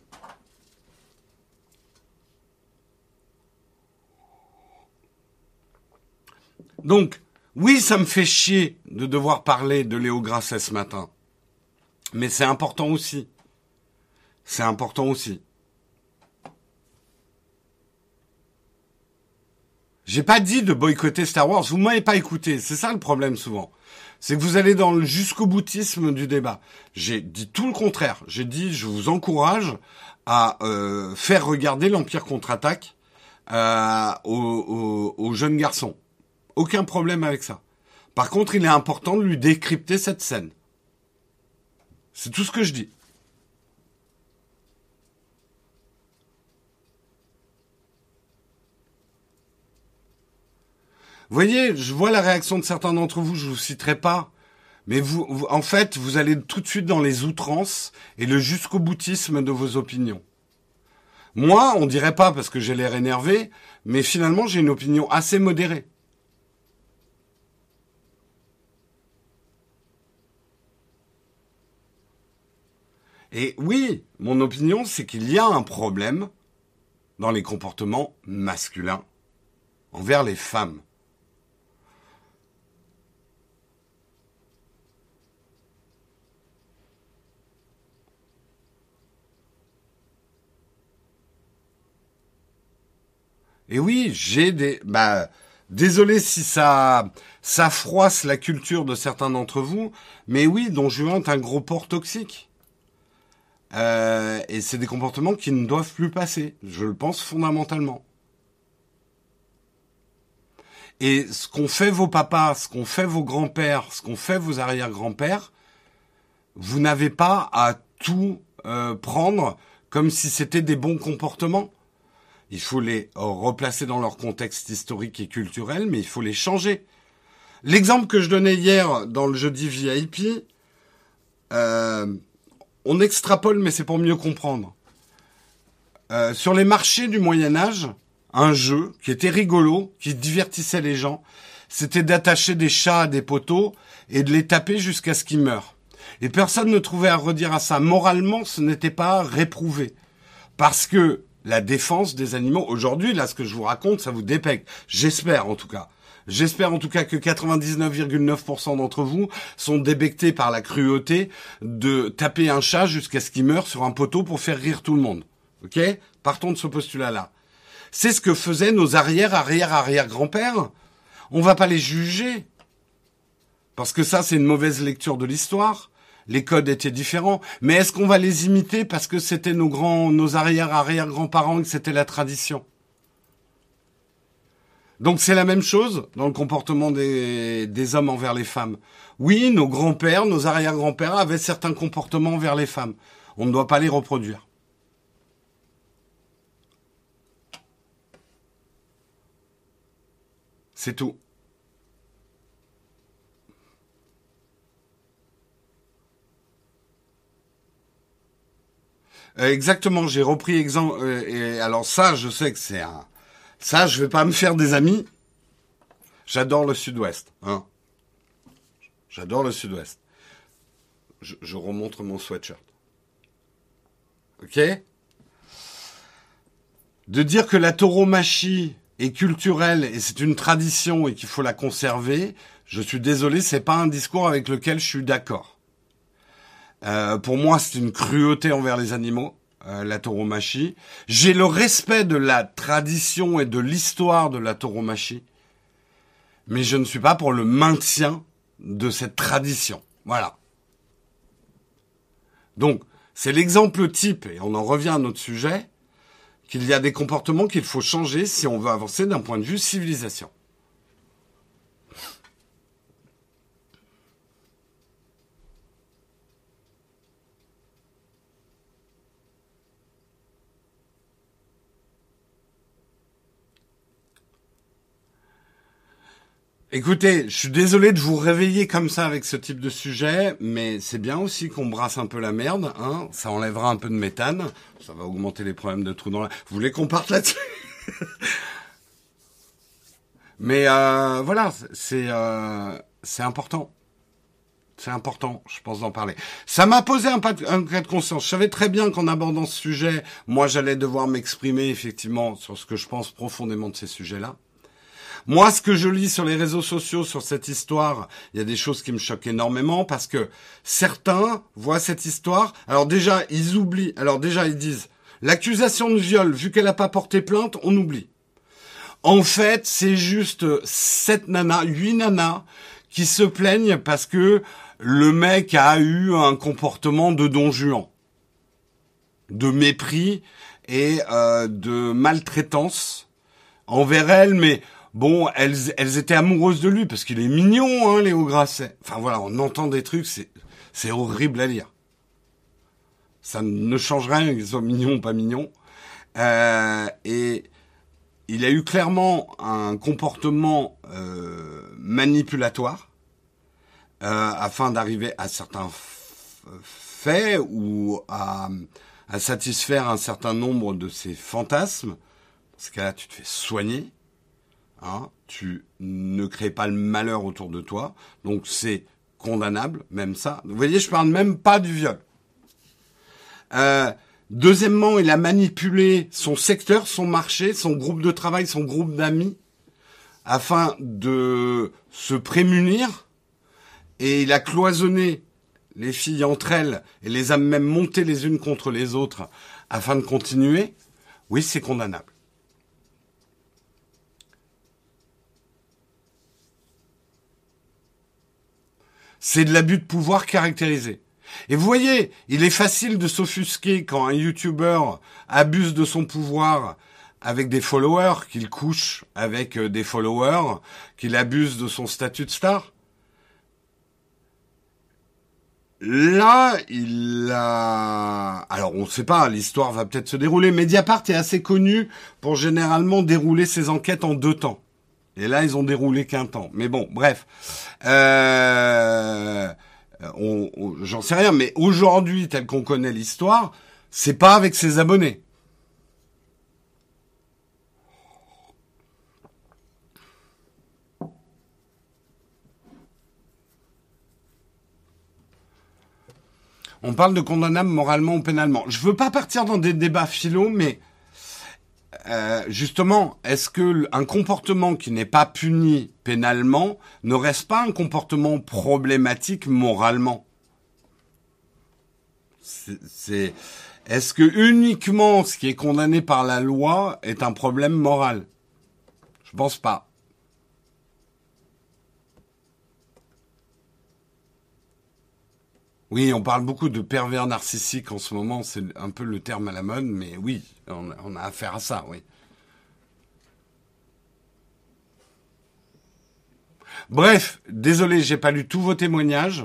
Donc, oui, ça me fait chier de devoir parler de Léo Grasset ce matin. Mais c'est important aussi. C'est important aussi. J'ai pas dit de boycotter Star Wars. Vous m'avez pas écouté. C'est ça le problème souvent. C'est que vous allez dans le jusqu'au boutisme du débat. J'ai dit tout le contraire. J'ai dit, je vous encourage à faire regarder l'Empire contre-attaque aux jeunes garçons. Aucun problème avec ça. Par contre, il est important de lui décrypter cette scène. C'est tout ce que je dis. Vous voyez, je vois la réaction de certains d'entre vous, je vous citerai pas. Mais en fait, vous allez tout de suite dans les outrances et le jusqu'au boutisme de vos opinions. Moi, on dirait pas parce que j'ai l'air énervé, mais finalement, j'ai une opinion assez modérée. Et oui, mon opinion, c'est qu'il y a un problème dans les comportements masculins envers les femmes. Et oui, désolé si ça froisse la culture de certains d'entre vous, mais oui, Don Juan est un gros porc toxique. Et c'est des comportements qui ne doivent plus passer. Je le pense fondamentalement. Et ce qu'ont fait vos papas, ce qu'ont fait vos grands-pères, ce qu'ont fait vos arrière-grands-pères, vous n'avez pas à tout prendre comme si c'était des bons comportements. Il faut les replacer dans leur contexte historique et culturel, mais il faut les changer. L'exemple que je donnais hier dans le jeudi VIP, on extrapole, mais c'est pour mieux comprendre. Sur les marchés du Moyen-Âge, un jeu qui était rigolo, qui divertissait les gens, c'était d'attacher des chats à des poteaux et de les taper jusqu'à ce qu'ils meurent. Et personne ne trouvait à redire à ça. Moralement, ce n'était pas réprouvé. Parce que la défense des animaux, aujourd'hui, là, ce que je vous raconte, ça vous dépecte. J'espère, en tout cas. J'espère, en tout cas, que 99,9% d'entre vous sont débectés par la cruauté de taper un chat jusqu'à ce qu'il meure sur un poteau pour faire rire tout le monde. Ok ? Partons de ce postulat-là. C'est ce que faisaient nos arrière-grands-pères. On va pas les juger. Parce que ça, c'est une mauvaise lecture de l'histoire. Les codes étaient différents. Mais est-ce qu'on va les imiter parce que c'était nos arrière-grands-parents et que c'était la tradition? Donc c'est la même chose dans le comportement des hommes envers les femmes. Oui, nos grands-pères, nos arrière-grands-pères avaient certains comportements envers les femmes. On ne doit pas les reproduire. C'est tout. Exactement, j'ai repris exemple. Et alors ça, je sais que c'est un... Ça, je vais pas me faire des amis. J'adore le Sud-Ouest. Hein. J'adore le Sud-Ouest. Je remontre mon sweatshirt. Ok ? De dire que la tauromachie est culturelle et c'est une tradition et qu'il faut la conserver, je suis désolé, c'est pas un discours avec lequel je suis d'accord. Pour moi, c'est une cruauté envers les animaux, la tauromachie. J'ai le respect de la tradition et de l'histoire de la tauromachie, mais je ne suis pas pour le maintien de cette tradition. Voilà. Donc, c'est l'exemple type, et on en revient à notre sujet, qu'il y a des comportements qu'il faut changer si on veut avancer d'un point de vue civilisation. Écoutez, je suis désolé de vous réveiller comme ça avec ce type de sujet, mais c'est bien aussi qu'on brasse un peu la merde, hein. Ça enlèvera un peu de méthane, ça va augmenter les problèmes de trous dans la... Vous voulez qu'on parte là-dessus? Mais voilà, c'est important. C'est important, je pense, d'en parler. Ça m'a posé un cas de conscience. Je savais très bien qu'en abordant ce sujet, moi, j'allais devoir m'exprimer effectivement sur ce que je pense profondément de ces sujets-là. Moi, ce que je lis sur les réseaux sociaux sur cette histoire, il y a des choses qui me choquent énormément parce que certains voient cette histoire. Alors déjà, ils oublient. Alors déjà, ils disent l'accusation de viol, vu qu'elle n'a pas porté plainte, on oublie. En fait, c'est juste 8 nanas qui se plaignent parce que le mec a eu un comportement de Don Juan, de mépris et de maltraitance envers elle, mais Bon, elles étaient amoureuses de lui parce qu'il est mignon, hein, Léo Grasset. Enfin voilà, on entend des trucs, c'est horrible à lire. Ça ne change rien qu'ils soient mignons ou pas mignons. Et il a eu clairement un comportement manipulatoire afin d'arriver à certains faits ou à satisfaire un certain nombre de ses fantasmes. Dans ce cas-là, tu te fais soigner. Hein, tu ne crées pas le malheur autour de toi. Donc c'est condamnable, même ça. Vous voyez, je parle même pas du viol. Deuxièmement, il a manipulé son secteur, son marché, son groupe de travail, son groupe d'amis, afin de se prémunir. Et il a cloisonné les filles entre elles et les a même montées les unes contre les autres afin de continuer. Oui, c'est condamnable. C'est de l'abus de pouvoir caractérisé. Et vous voyez, il est facile de s'offusquer quand un YouTuber abuse de son pouvoir avec des followers, qu'il couche avec des followers, qu'il abuse de son statut de star. Là, il a... Alors, on ne sait pas, l'histoire va peut-être se dérouler. Mediapart est assez connu pour généralement dérouler ses enquêtes en 2 temps. Et là, ils ont déroulé qu'1 temps. Mais bon, bref. J'en sais rien, mais aujourd'hui, tel qu'on connaît l'histoire, c'est pas avec ses abonnés. On parle de condamnable moralement ou pénalement. Je veux pas partir dans des débats philo, mais justement, est-ce que un comportement qui n'est pas puni pénalement ne reste pas un comportement problématique moralement ? Est-ce que uniquement ce qui est condamné par la loi est un problème moral ? Je pense pas. Oui, on parle beaucoup de pervers narcissiques en ce moment, c'est un peu le terme à la mode, mais oui, on a affaire à ça, oui. Bref, désolé, j'ai pas lu tous vos témoignages.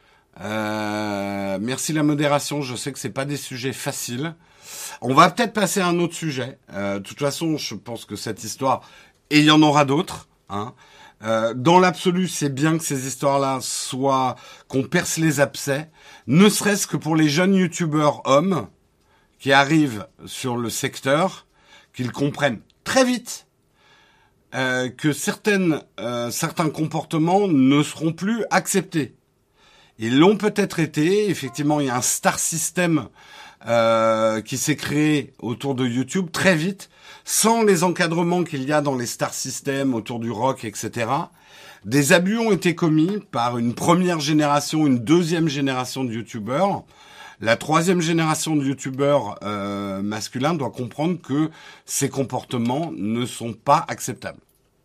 Merci la modération, je sais que c'est pas des sujets faciles. On va peut-être passer à un autre sujet. De toute façon, je pense que cette histoire, et il y en aura d'autres, hein. Dans l'absolu, c'est bien que ces histoires-là soient, qu'on perce les abcès, ne serait-ce que pour les jeunes youtubeurs hommes qui arrivent sur le secteur, qu'ils comprennent très vite que certains comportements ne seront plus acceptés. Ils l'ont peut-être été. Effectivement, il y a un star system qui s'est créé autour de YouTube très vite, sans les encadrements qu'il y a dans les star systems autour du rock, etc. Des abus ont été commis par une première génération, une deuxième génération de YouTubeurs. La troisième génération de YouTubeurs masculins doit comprendre que ces comportements ne sont pas acceptables.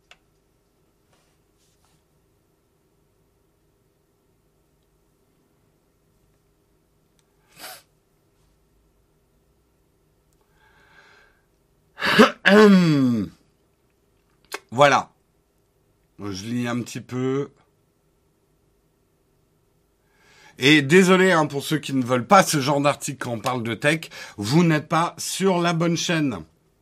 Voilà. Je lis un petit peu. Et désolé hein, pour ceux qui ne veulent pas ce genre d'article quand on parle de tech, vous n'êtes pas sur la bonne chaîne.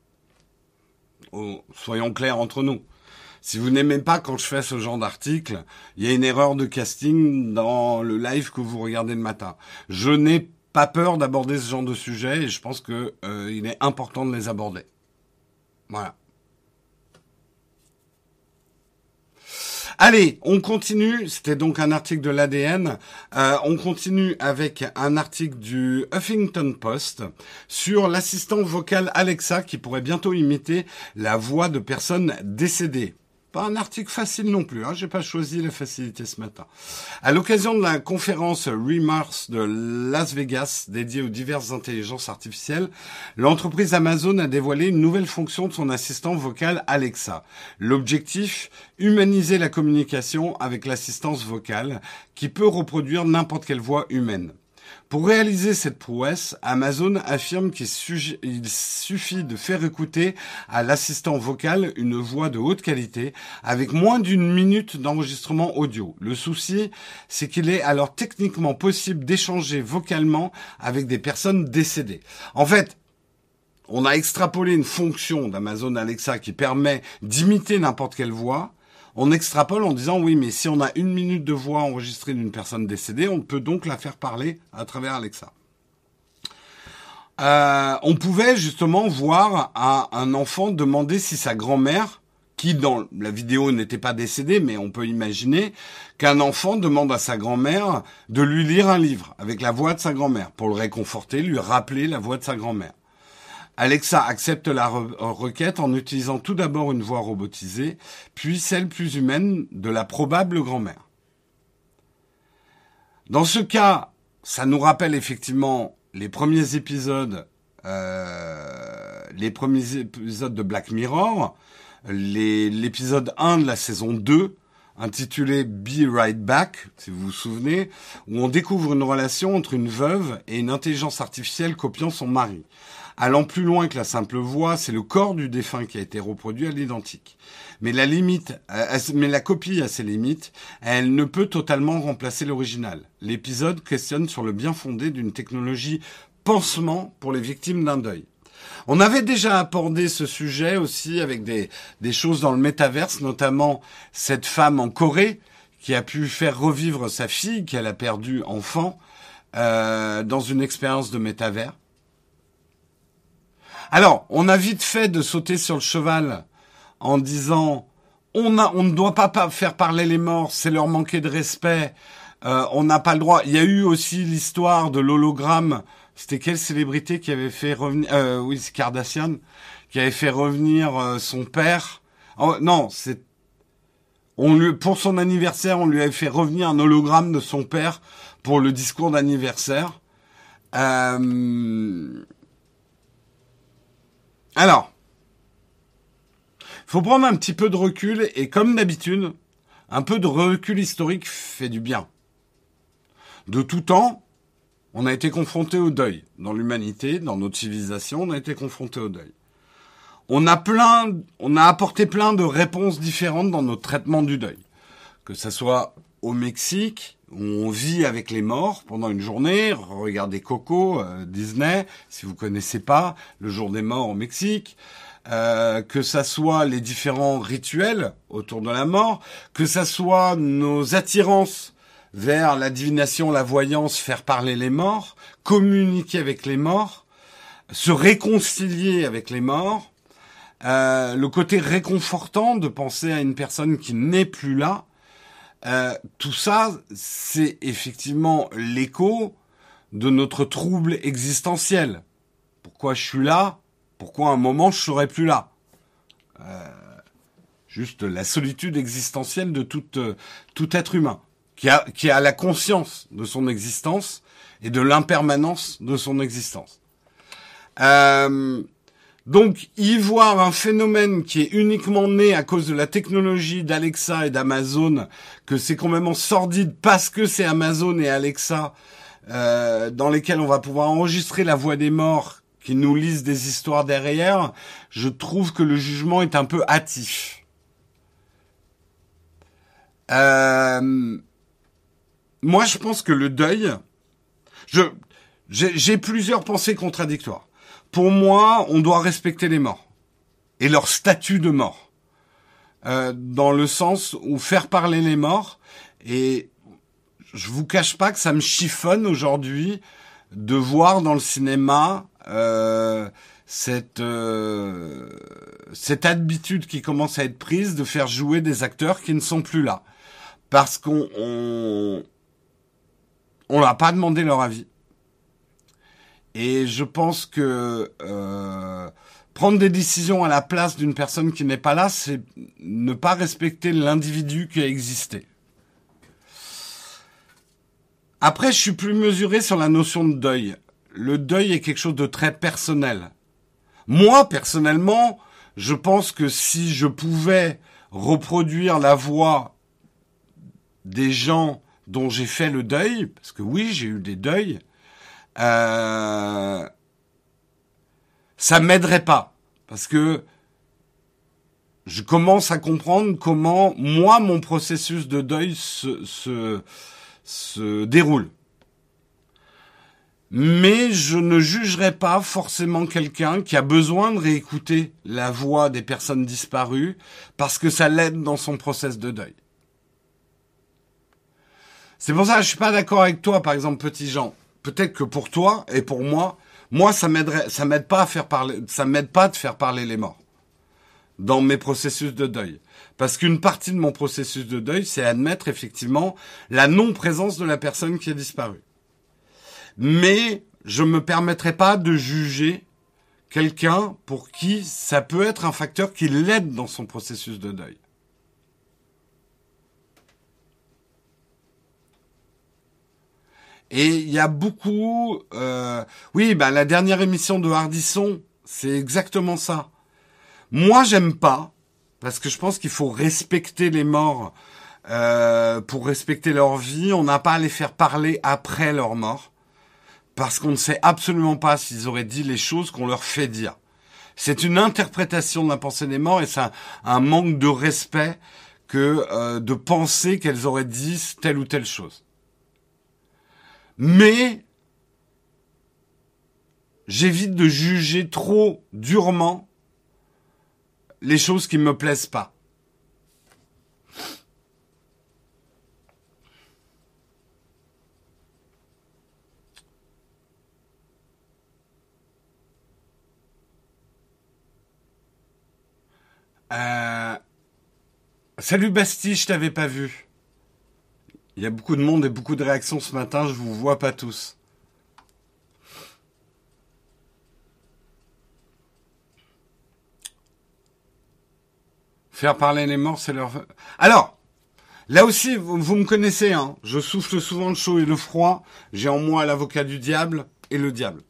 Oh, soyons clairs entre nous. Si vous n'aimez pas quand je fais ce genre d'article, il y a une erreur de casting dans le live que vous regardez le matin. Je n'ai pas peur d'aborder ce genre de sujet et je pense que il est important de les aborder. Voilà. Allez, on continue. C'était donc un article de l'ADN. On continue avec un article du Huffington Post sur l'assistant vocal Alexa qui pourrait bientôt imiter la voix de personnes décédées. Pas un article facile non plus, hein. J'ai pas choisi la facilité ce matin. À l'occasion de la conférence Remars de Las Vegas dédiée aux diverses intelligences artificielles, l'entreprise Amazon a dévoilé une nouvelle fonction de son assistant vocal Alexa. L'objectif, humaniser la communication avec l'assistance vocale qui peut reproduire n'importe quelle voix humaine. Pour réaliser cette prouesse, Amazon affirme qu'il suffit de faire écouter à l'assistant vocal une voix de haute qualité avec moins d'une minute d'enregistrement audio. Le souci, c'est qu'il est alors techniquement possible d'échanger vocalement avec des personnes décédées. En fait, on a extrapolé une fonction d'Amazon Alexa qui permet d'imiter n'importe quelle voix. On extrapole en disant oui, mais si on a une minute de voix enregistrée d'une personne décédée, on peut donc la faire parler à travers Alexa. On pouvait justement voir un enfant demander si sa grand-mère, qui dans la vidéo n'était pas décédée, mais on peut imaginer qu'un enfant demande à sa grand-mère de lui lire un livre avec la voix de sa grand-mère pour le réconforter, lui rappeler la voix de sa grand-mère. Alexa accepte la requête en utilisant tout d'abord une voix robotisée, puis celle plus humaine de la probable grand-mère. Dans ce cas, ça nous rappelle effectivement les premiers épisodes de Black Mirror, l'épisode 1 de la saison 2, intitulé Be Right Back, si vous vous souvenez, où on découvre une relation entre une veuve et une intelligence artificielle copiant son mari. Allant plus loin que la simple voix, c'est le corps du défunt qui a été reproduit à l'identique. Mais la copie a ses limites, elle ne peut totalement remplacer l'original. L'épisode questionne sur le bien fondé d'une technologie pansement pour les victimes d'un deuil. On avait déjà abordé ce sujet aussi avec des choses dans le métaverse, notamment cette femme en Corée qui a pu faire revivre sa fille qu'elle a perdue enfant dans une expérience de métavers. Alors, on a vite fait de sauter sur le cheval en disant on ne doit pas faire parler les morts, c'est leur manquer de respect, on n'a pas le droit. Il y a eu aussi l'histoire de l'hologramme. C'était quelle célébrité qui avait fait revenir oui, c'est Kardashian qui avait fait revenir son père. Oh, non, pour son anniversaire, on lui avait fait revenir un hologramme de son père pour le discours d'anniversaire. Alors, faut prendre un petit peu de recul et comme d'habitude, un peu de recul historique fait du bien. De tout temps, on a été confronté au deuil. Dans l'humanité, dans notre civilisation, on a été confronté au deuil. On a apporté plein de réponses différentes dans notre traitement du deuil. Que ça soit au Mexique, où on vit avec les morts pendant une journée. Regardez Coco, Disney, si vous connaissez pas, le jour des morts au Mexique. Que ça soit les différents rituels autour de la mort, que ça soit nos attirances vers la divination, la voyance, faire parler les morts, communiquer avec les morts, se réconcilier avec les morts, le côté réconfortant de penser à une personne qui n'est plus là. Tout ça, c'est effectivement l'écho de notre trouble existentiel. Pourquoi je suis là ? Pourquoi à un moment je serai plus là ? Juste la solitude existentielle de tout être humain, qui a la conscience de son existence et de l'impermanence de son existence. Donc, y voir un phénomène qui est uniquement né à cause de la technologie d'Alexa et d'Amazon, que c'est complètement sordide parce que c'est Amazon et Alexa, dans lesquels on va pouvoir enregistrer la voix des morts qui nous lisent des histoires derrière, je trouve que le jugement est un peu hâtif. Moi, je pense que le deuil, j'ai plusieurs pensées contradictoires. Pour moi, on doit respecter les morts et leur statut de mort, dans le sens où faire parler les morts. Et je vous cache pas que ça me chiffonne aujourd'hui de voir dans le cinéma cette habitude qui commence à être prise de faire jouer des acteurs qui ne sont plus là, parce qu'on n'a pas demandé leur avis. Et je pense que prendre des décisions à la place d'une personne qui n'est pas là, c'est ne pas respecter l'individu qui a existé. Après, je suis plus mesuré sur la notion de deuil. Le deuil est quelque chose de très personnel. Moi, personnellement, je pense que si je pouvais reproduire la voix des gens dont j'ai fait le deuil, parce que oui, j'ai eu des deuils, ça m'aiderait pas. Parce que je commence à comprendre comment, moi, mon processus de deuil se déroule. Mais je ne jugerai pas forcément quelqu'un qui a besoin de réécouter la voix des personnes disparues parce que ça l'aide dans son process de deuil. C'est pour ça que je suis pas d'accord avec toi, par exemple, petit Jean. Peut-être que pour toi et pour moi, ça m'aide pas à faire parler, ça m'aide pas de faire parler les morts dans mes processus de deuil. Parce qu'une partie de mon processus de deuil, c'est admettre effectivement la non-présence de la personne qui a disparu. Mais je me permettrai pas de juger quelqu'un pour qui ça peut être un facteur qui l'aide dans son processus de deuil. Et il y a beaucoup... la dernière émission de Hardisson, c'est exactement ça. Moi, j'aime pas, parce que je pense qu'il faut respecter les morts pour respecter leur vie. On n'a pas à les faire parler après leur mort. Parce qu'on ne sait absolument pas s'ils auraient dit les choses qu'on leur fait dire. C'est une interprétation de la pensée des morts et c'est un manque de respect que de penser qu'elles auraient dit telle ou telle chose. Mais j'évite de juger trop durement les choses qui me plaisent pas. Salut Bastille, je t'avais pas vu. Il y a beaucoup de monde et beaucoup de réactions ce matin, je vous vois pas tous. Faire parler les morts, c'est leur... Alors, là aussi, vous me connaissez, hein. Je souffle souvent le chaud et le froid. J'ai en moi l'avocat du diable et le diable.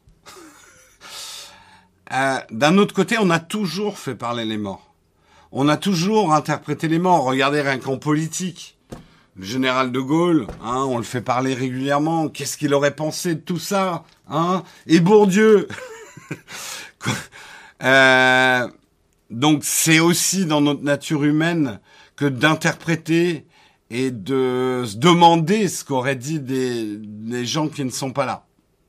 D'un autre côté, on a toujours fait parler les morts. On a toujours interprété les morts. Regardez rien qu'en politique. Le général de Gaulle, hein, on le fait parler régulièrement. Qu'est-ce qu'il aurait pensé de tout ça, hein? Et Bourdieu. Donc c'est aussi dans notre nature humaine que d'interpréter et de se demander ce qu'auraient dit des gens qui ne sont pas là.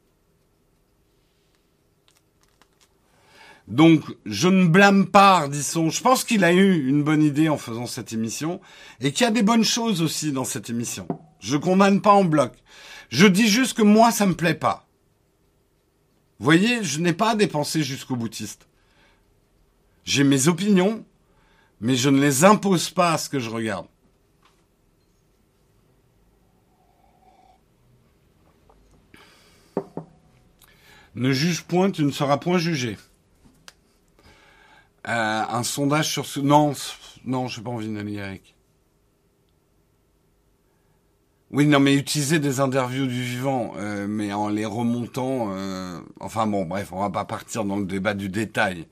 Donc, je ne blâme pas Ardisson. Je pense qu'il a eu une bonne idée en faisant cette émission et qu'il y a des bonnes choses aussi dans cette émission. Je condamne pas en bloc. Je dis juste que moi, ça me plaît pas. Vous voyez, je n'ai pas des pensées jusqu'au boutiste. J'ai mes opinions, mais je ne les impose pas à ce que je regarde. Ne juge point, tu ne seras point jugé. Un sondage sur ce... Non, j'ai pas envie d'aller avec. Oui, non, mais utiliser des interviews du vivant, mais en les remontant... Enfin bon, bref, on va pas partir dans le débat du détail.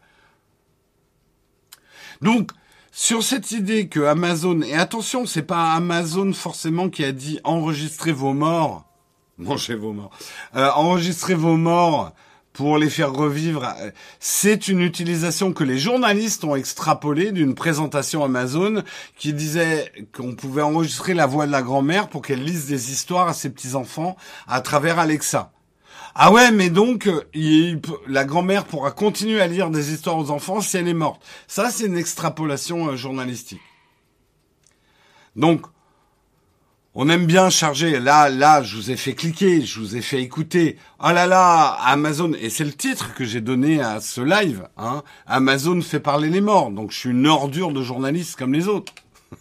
Donc, sur cette idée que Amazon... Et attention, c'est pas Amazon forcément qui a dit « Enregistrez vos morts ». Mangez vos morts. Enregistrez vos morts pour les faire revivre. C'est une utilisation que les journalistes ont extrapolée d'une présentation Amazon qui disait qu'on pouvait enregistrer la voix de la grand-mère pour qu'elle lise des histoires à ses petits-enfants à travers Alexa. Ah ouais, mais donc, la grand-mère pourra continuer à lire des histoires aux enfants si elle est morte. Ça, c'est une extrapolation journalistique. Donc, on aime bien charger. Là, je vous ai fait cliquer, je vous ai fait écouter. Oh là là, Amazon, et c'est le titre que j'ai donné à ce live, hein. Amazon fait parler les morts. Donc, je suis une ordure de journaliste comme les autres.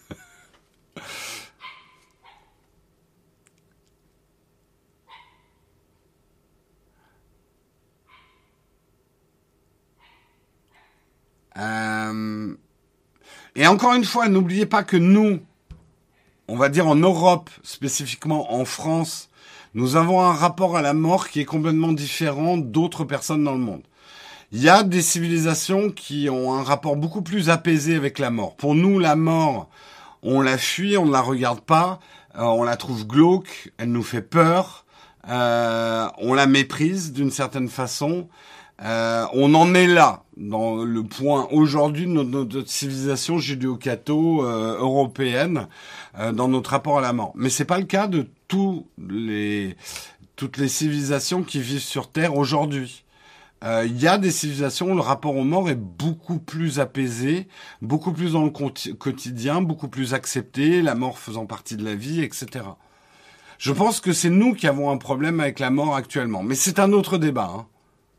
Et encore une fois, n'oubliez pas que nous, on va dire en Europe, spécifiquement en France, nous avons un rapport à la mort qui est complètement différent d'autres personnes dans le monde. Il y a des civilisations qui ont un rapport beaucoup plus apaisé avec la mort. Pour nous, la mort, on la fuit, on ne la regarde pas, on la trouve glauque, elle nous fait peur, On la méprise d'une certaine façon. On en est là, dans le point aujourd'hui de notre civilisation judéo-catho européenne, dans notre rapport à la mort. Mais c'est pas le cas de toutes les civilisations qui vivent sur Terre aujourd'hui. Il y a des civilisations où le rapport aux morts est beaucoup plus apaisé, beaucoup plus dans le quotidien, beaucoup plus accepté, la mort faisant partie de la vie, etc. Je pense que c'est nous qui avons un problème avec la mort actuellement. Mais c'est un autre débat, hein.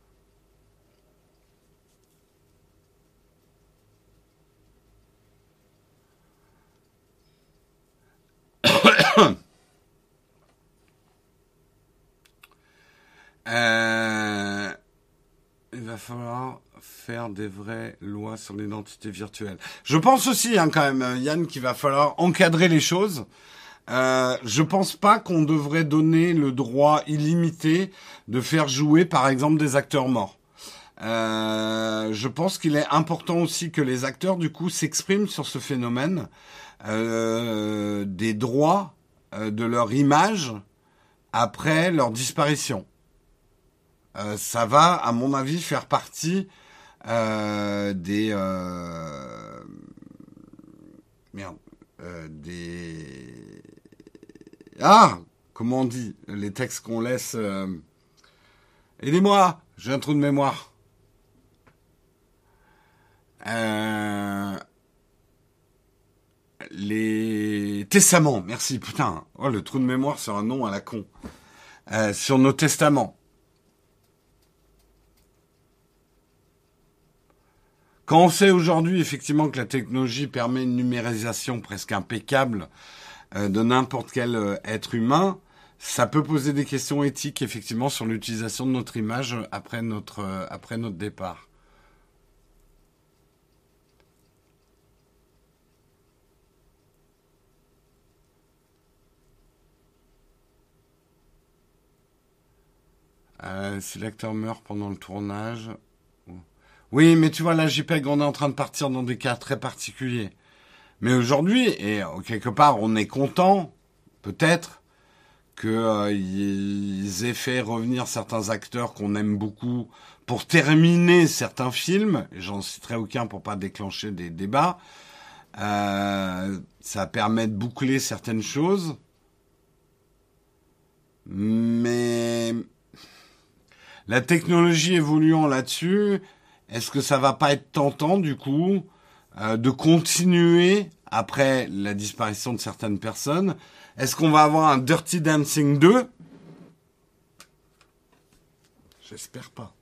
Il va falloir faire des vraies lois sur l'identité virtuelle. Je pense aussi, hein, quand même, Yann, qu'il va falloir encadrer les choses. Je pense pas qu'on devrait donner le droit illimité de faire jouer, par exemple, des acteurs morts. Je pense qu'il est important aussi que les acteurs, du coup, s'expriment sur ce phénomène des droits de leur image après leur disparition. Ça va, à mon avis, faire partie des comment on dit les textes qu'on laisse. Aidez-moi, j'ai un trou de mémoire. Les testaments, merci, putain. Oh, le trou de mémoire, c'est un nom à la con. Sur nos testaments. Quand on sait aujourd'hui, effectivement, que la technologie permet une numérisation presque impeccable de n'importe quel être humain, ça peut poser des questions éthiques, effectivement, sur l'utilisation de notre image après notre départ. Si l'acteur meurt pendant le tournage... Oui, mais tu vois, la JPEG, on est en train de partir dans des cas très particuliers. Mais aujourd'hui, et quelque part, on est content, peut-être, qu'ils aient fait revenir certains acteurs qu'on aime beaucoup pour terminer certains films, et j'en citerai aucun pour pas déclencher des débats. Ça permet de boucler certaines choses. Mais la technologie évoluant là-dessus, est-ce que ça va pas être tentant, du coup, de continuer après la disparition de certaines personnes? Est-ce qu'on va avoir un Dirty Dancing 2? J'espère pas.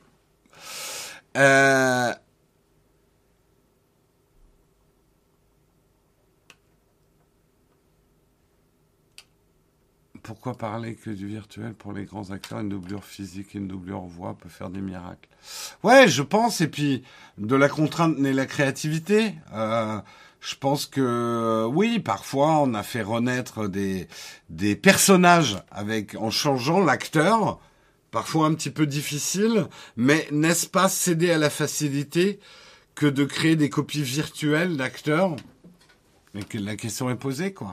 Pourquoi parler que du virtuel pour les grands acteurs? Une doublure physique et une doublure voix peut faire des miracles. Ouais, je pense. Et puis, de la contrainte naît la créativité. Je pense que oui, parfois, on a fait renaître des personnages en changeant l'acteur. Parfois un petit peu difficile. Mais n'est-ce pas céder à la facilité que de créer des copies virtuelles d'acteurs? Mais que la question est posée, quoi.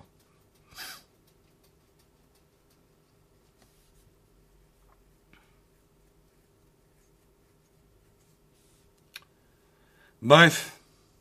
Bref.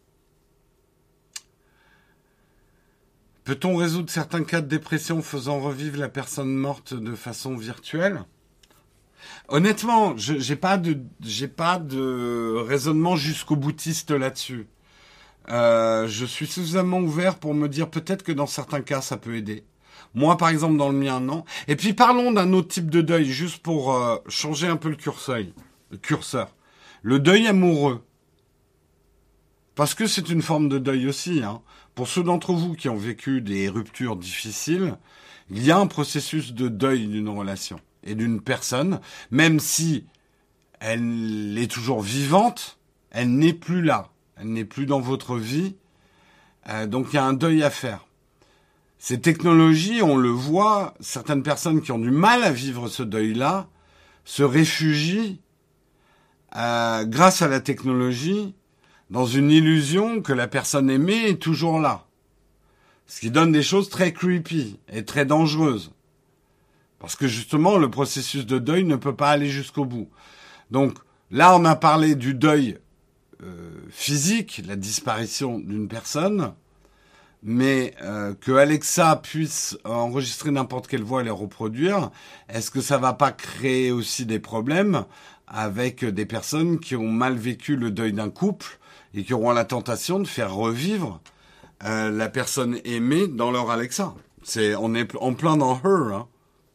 Peut-on résoudre certains cas de dépression en faisant revivre la personne morte de façon virtuelle? Honnêtement, j'ai pas de raisonnement jusqu'au boutiste là-dessus. Je suis suffisamment ouvert pour me dire peut-être que dans certains cas ça peut aider. Moi, par exemple, dans le mien, non. Et puis parlons d'un autre type de deuil, juste pour changer un peu le curseur. Le deuil amoureux. Parce que c'est une forme de deuil aussi, hein. Pour ceux d'entre vous qui ont vécu des ruptures difficiles, il y a un processus de deuil d'une relation et d'une personne, même si elle est toujours vivante, elle n'est plus là, elle n'est plus dans votre vie, donc il y a un deuil à faire. Ces technologies, on le voit, certaines personnes qui ont du mal à vivre ce deuil-là se réfugient grâce à la technologie dans une illusion que la personne aimée est toujours là. Ce qui donne des choses très creepy et très dangereuses. Parce que justement, le processus de deuil ne peut pas aller jusqu'au bout. Donc là, on a parlé du deuil physique, la disparition d'une personne, mais que Alexa puisse enregistrer n'importe quelle voix et les reproduire, est-ce que ça va pas créer aussi des problèmes avec des personnes qui ont mal vécu le deuil d'un couple et qui auront la tentation de faire revivre la personne aimée dans leur Alexa? On est en plein dans Her, hein.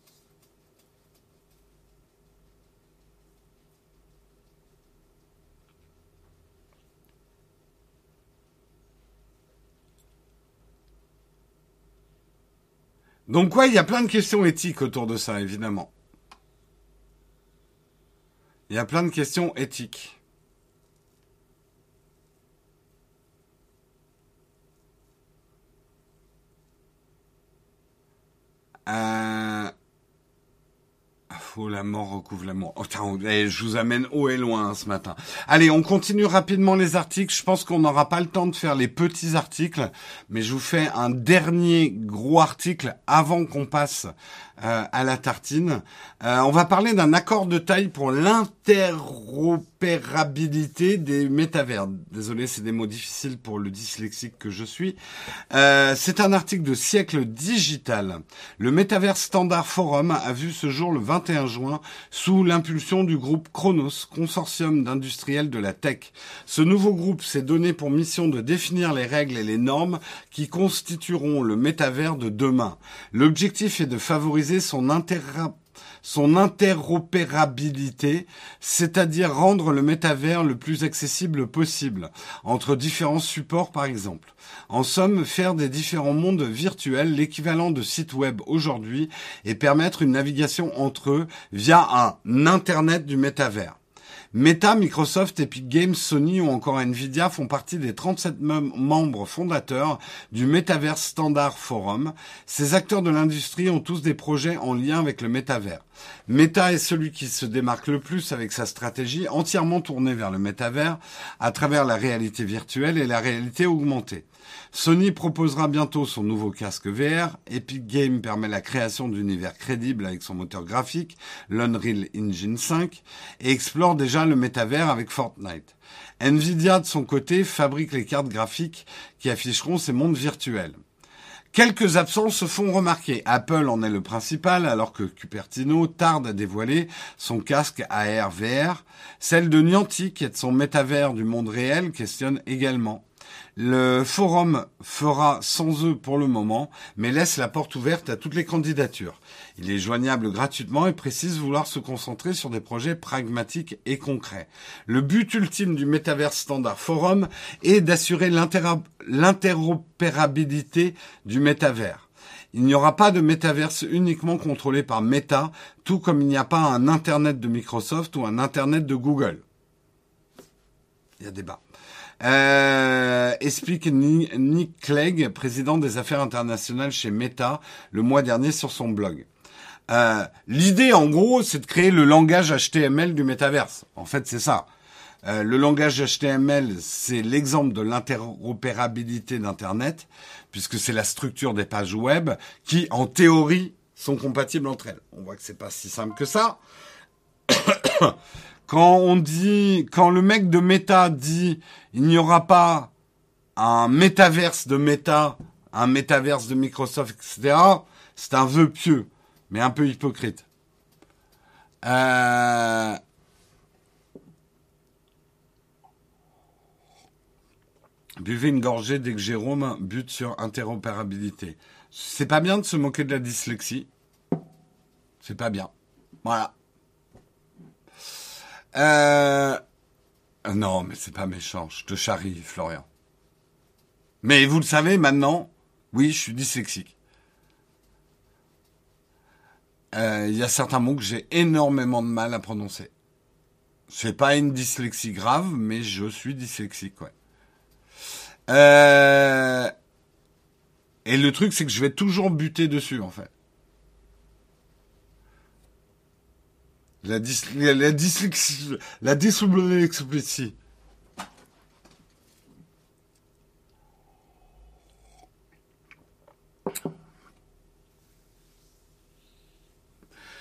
Donc ouais, il y a plein de questions éthiques autour de ça, évidemment. Il y a plein de questions éthiques. Euh, Faut la mort recouvre l'amour. Oh, je vous amène haut et loin ce matin. Allez, on continue rapidement les articles. Je pense qu'on n'aura pas le temps de faire les petits articles, mais je vous fais un dernier gros article avant qu'on passe à la tartine. On va parler d'un accord de taille pour l'interopérabilité des métavers. Désolé, c'est des mots difficiles pour le dyslexique que je suis. C'est un article de Siècle Digital. Le Metaverse Standard Forum a vu ce jour le 21 juin sous l'impulsion du groupe Chronos, consortium d'industriels de la tech. Ce nouveau groupe s'est donné pour mission de définir les règles et les normes qui constitueront le métavers de demain. L'objectif est de favoriser son interopérabilité, c'est-à-dire rendre le métavers le plus accessible possible, entre différents supports par exemple. En somme, faire des différents mondes virtuels l'équivalent de sites web aujourd'hui et permettre une navigation entre eux via un Internet du métavers. Meta, Microsoft, Epic Games, Sony ou encore Nvidia font partie des 37 membres fondateurs du Metaverse Standard Forum. Ces acteurs de l'industrie ont tous des projets en lien avec le métavers. Meta est celui qui se démarque le plus avec sa stratégie entièrement tournée vers le métavers à travers la réalité virtuelle et la réalité augmentée. Sony proposera bientôt son nouveau casque VR. Epic Games permet la création d'univers crédibles avec son moteur graphique, l'Unreal Engine 5, et explore déjà le métavers avec Fortnite. Nvidia, de son côté, fabrique les cartes graphiques qui afficheront ces mondes virtuels. Quelques absents se font remarquer. Apple en est le principal, alors que Cupertino tarde à dévoiler son casque AR/VR. Celle de Niantic, qui est de son métavers du monde réel, questionne également. Le forum fera sans eux pour le moment, mais laisse la porte ouverte à toutes les candidatures. Il est joignable gratuitement et précise vouloir se concentrer sur des projets pragmatiques et concrets. Le but ultime du Metaverse Standard Forum est d'assurer l'interopérabilité du métavers. Il n'y aura pas de métaverse uniquement contrôlé par Meta, tout comme il n'y a pas un Internet de Microsoft ou un Internet de Google. Il y a débat. Explique Nick Clegg, président des affaires internationales chez Meta, le mois dernier sur son blog. L'idée, en gros, c'est de créer le langage HTML du métaverse. En fait, c'est ça. Le langage HTML, c'est l'exemple de l'interopérabilité d'Internet, puisque c'est la structure des pages web qui, en théorie, sont compatibles entre elles. On voit que c'est pas si simple que ça. Quand le mec de Meta dit il n'y aura pas un métaverse de Meta, un métaverse de Microsoft, etc., c'est un vœu pieux, mais un peu hypocrite. Buvez une gorgée dès que Jérôme bute sur interopérabilité. C'est pas bien de se moquer de la dyslexie. C'est pas bien. Voilà. Non, mais c'est pas méchant. Je te charrie, Florian. Mais vous le savez maintenant, oui, je suis dyslexique. Il y a certains mots que j'ai énormément de mal à prononcer. C'est pas une dyslexie grave, mais je suis dyslexique, ouais. Et le truc, c'est que je vais toujours buter dessus, en fait. La dyslexie, la dyslexie.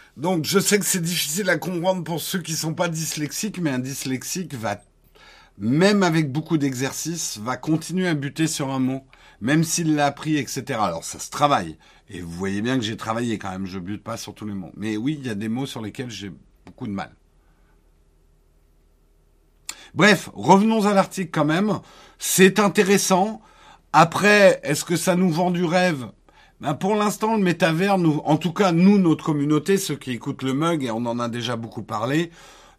Donc, je sais que c'est difficile à comprendre pour ceux qui sont pas dyslexiques, mais un dyslexique va, même avec beaucoup d'exercices, va continuer à buter sur un mot, même s'il l'a appris, etc. Alors, ça se travaille. Et vous voyez bien que j'ai travaillé quand même, je bute pas sur tous les mots. Mais oui, il y a des mots sur lesquels j'ai beaucoup de mal. Bref, revenons à l'article quand même. C'est intéressant. Après, est-ce que ça nous vend du rêve? Ben pour l'instant, le métavers, nous, en tout cas, nous, notre communauté, ceux qui écoutent le mug, et on en a déjà beaucoup parlé,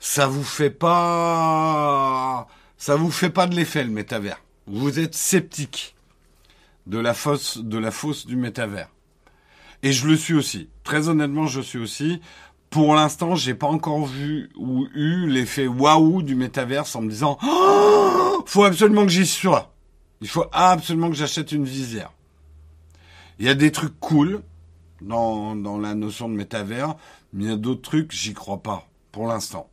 ça vous fait pas de l'effet, le métavers. Vous êtes sceptique de la fausse du métavers. Et je le suis aussi. Très honnêtement, je suis aussi. Pour l'instant, j'ai pas encore vu ou eu l'effet waouh du métaverse en me disant oh, faut absolument que j'y sois. Il faut absolument que j'achète une visière. Il y a des trucs cool dans la notion de métavers, mais il y a d'autres trucs, j'y crois pas pour l'instant.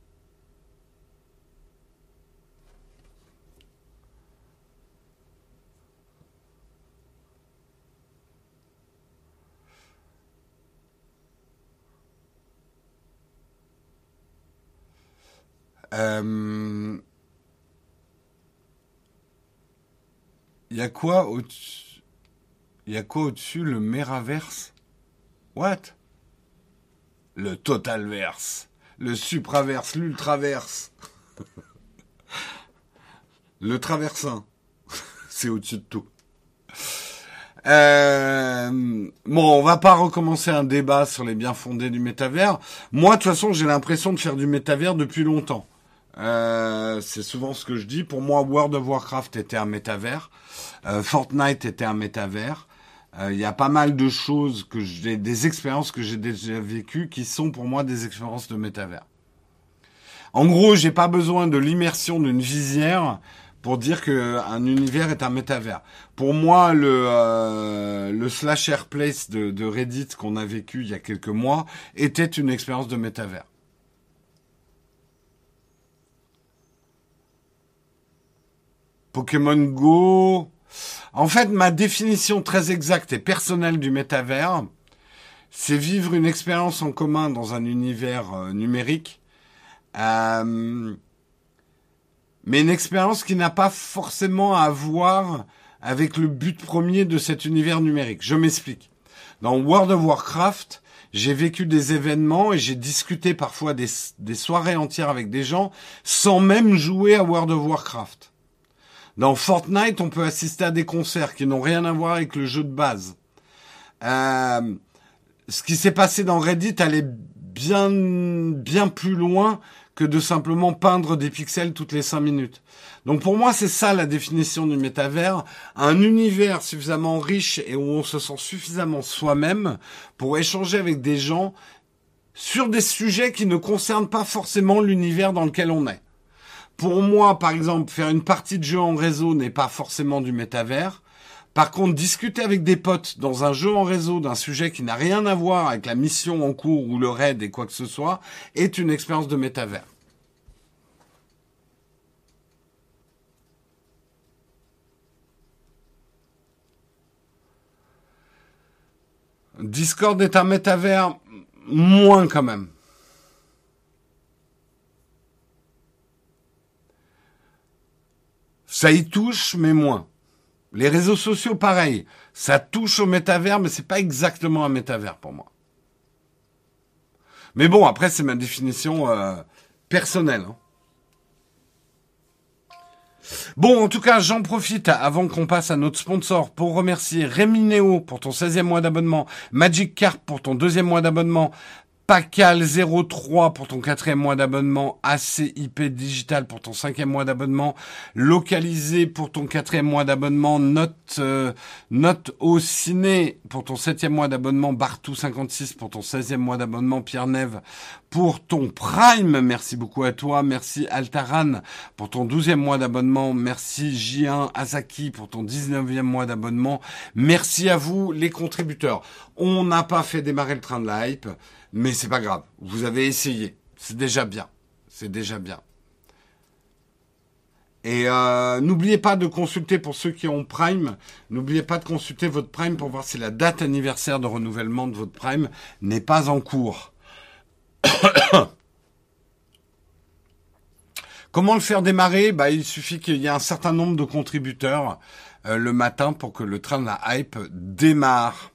Il y a quoi au-dessus? Il y a quoi au-dessus? Le Meraverse? What? Le Totalverse, le Supraverse, l'Ultraverse, le Traversin. C'est au-dessus de tout. Bon, on va pas recommencer un débat sur les bien-fondés du métavers. Moi, de toute façon, j'ai l'impression de faire du métavers depuis longtemps. C'est souvent ce que je dis. Pour moi, World of Warcraft était un métavers. Fortnite était un métavers. Il y a pas mal de choses des expériences que j'ai déjà vécues qui sont pour moi des expériences de métavers. En gros, j'ai pas besoin de l'immersion d'une visière pour dire qu'un univers est un métavers. Pour moi, le slasher place de Reddit qu'on a vécu il y a quelques mois était une expérience de métavers. Pokémon Go. En fait, ma définition très exacte et personnelle du métavers, c'est vivre une expérience en commun dans un univers numérique, mais une expérience qui n'a pas forcément à voir avec le but premier de cet univers numérique. Je m'explique. Dans World of Warcraft, j'ai vécu des événements et j'ai discuté parfois des soirées entières avec des gens sans même jouer à World of Warcraft. Dans Fortnite, on peut assister à des concerts qui n'ont rien à voir avec le jeu de base. Ce qui s'est passé dans Reddit allait bien plus loin que de simplement peindre des pixels toutes les 5 minutes. Donc pour moi, c'est ça la définition du métavers, un univers suffisamment riche et où on se sent suffisamment soi-même pour échanger avec des gens sur des sujets qui ne concernent pas forcément l'univers dans lequel on est. Pour moi, par exemple, faire une partie de jeu en réseau n'est pas forcément du métavers. Par contre, discuter avec des potes dans un jeu en réseau d'un sujet qui n'a rien à voir avec la mission en cours ou le raid et quoi que ce soit est une expérience de métavers. Discord est un métavers, moins quand même. Ça y touche, mais moins. Les réseaux sociaux, pareil. Ça touche au métavers, mais c'est pas exactement un métavers pour moi. Mais bon, après, c'est ma définition personnelle. Hein. Bon, en tout cas, j'en profite avant qu'on passe à notre sponsor pour remercier Rémi Néo pour ton 16e mois d'abonnement, Magic Carp pour ton 2e mois d'abonnement, Pacal03 pour ton 4e mois d'abonnement, ACIP Digital pour ton 5e mois d'abonnement, Localisé pour ton 4e mois d'abonnement, Note au Ciné pour ton 7e mois d'abonnement, Bartou56 pour ton 16e mois d'abonnement, Pierre Neve pour ton Prime, merci beaucoup à toi, merci Altaran pour ton 12e mois d'abonnement, merci J1 Azaki pour ton 19e mois d'abonnement, merci à vous les contributeurs. On n'a pas fait démarrer le train de la hype, mais c'est pas grave, vous avez essayé, c'est déjà bien, c'est déjà bien. Et n'oubliez pas de consulter, pour ceux qui ont Prime, n'oubliez pas de consulter votre Prime pour voir si la date anniversaire de renouvellement de votre Prime n'est pas en cours. Comment le faire démarrer? Il suffit qu'il y ait un certain nombre de contributeurs le matin pour que le train de la hype démarre.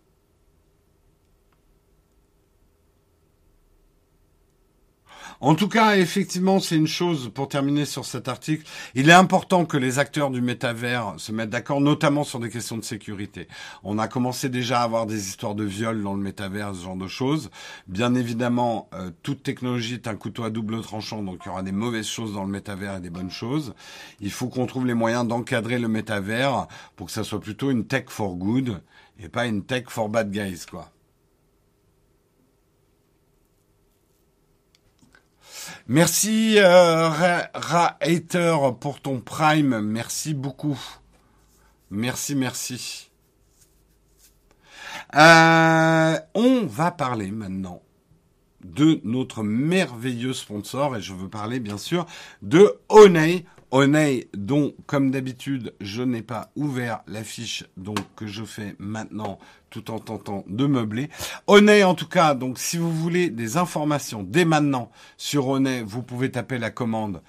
En tout cas, effectivement, c'est une chose, pour terminer sur cet article, il est important que les acteurs du métavers se mettent d'accord, notamment sur des questions de sécurité. On a commencé déjà à avoir des histoires de viol dans le métavers, ce genre de choses. Bien évidemment, toute technologie est un couteau à double tranchant, donc il y aura des mauvaises choses dans le métavers et des bonnes choses. Il faut qu'on trouve les moyens d'encadrer le métavers pour que ça soit plutôt une tech for good et pas une tech for bad guys, quoi. Merci Hater pour ton Prime, merci beaucoup. Merci. On va parler maintenant de notre merveilleux sponsor et je veux parler bien sûr de Honey. Honey, dont, comme d'habitude, je n'ai pas ouvert la fiche, donc que je fais maintenant, tout en tentant de meubler. Honey, en tout cas, donc si vous voulez des informations dès maintenant sur Honey, vous pouvez taper la commande .!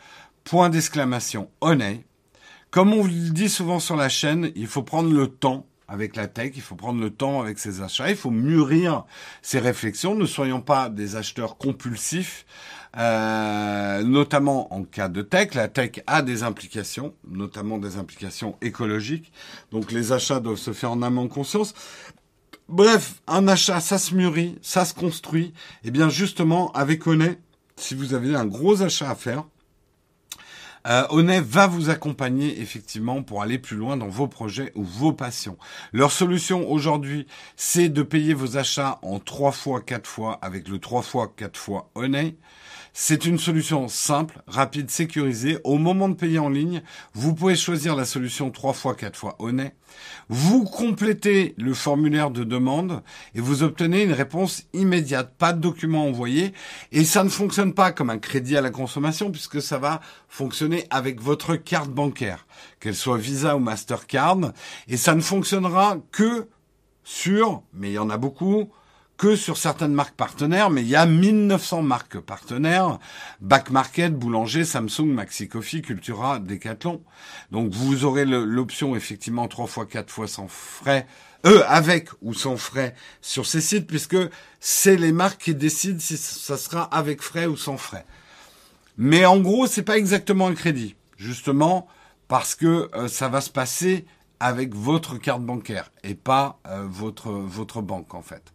Comme on le dit souvent sur la chaîne, il faut prendre le temps avec la tech, il faut prendre le temps avec ses achats, il faut mûrir ses réflexions, ne soyons pas des acheteurs compulsifs. Notamment en cas de tech. La tech a des implications, notamment des implications écologiques. Donc les achats doivent se faire en amont de conscience. Bref, un achat, ça se mûrit, ça se construit. Et bien justement, avec Honey, si vous avez un gros achat à faire, Honey va vous accompagner effectivement pour aller plus loin dans vos projets ou vos passions. Leur solution aujourd'hui, c'est de payer vos achats en 3 fois, 4 fois avec le 3 fois, 4 fois Honey. C'est une solution simple, rapide, sécurisée. Au moment de payer en ligne, vous pouvez choisir la solution 3 fois, 4 fois Honey. Vous complétez le formulaire de demande et vous obtenez une réponse immédiate. Pas de document envoyé. Et ça ne fonctionne pas comme un crédit à la consommation puisque ça va fonctionner avec votre carte bancaire, qu'elle soit Visa ou Mastercard. Et ça ne fonctionnera que sur, mais il y en a beaucoup, que sur certaines marques partenaires, mais il y a 1900 marques partenaires, Back Market, Boulanger, Samsung, Maxi Coffee, Cultura, Decathlon. Donc vous aurez l'option effectivement 3 fois, 4 fois sans frais, avec ou sans frais sur ces sites, puisque c'est les marques qui décident si ça sera avec frais ou sans frais. Mais en gros, c'est pas exactement un crédit, justement parce que ça va se passer avec votre carte bancaire et pas votre banque en fait.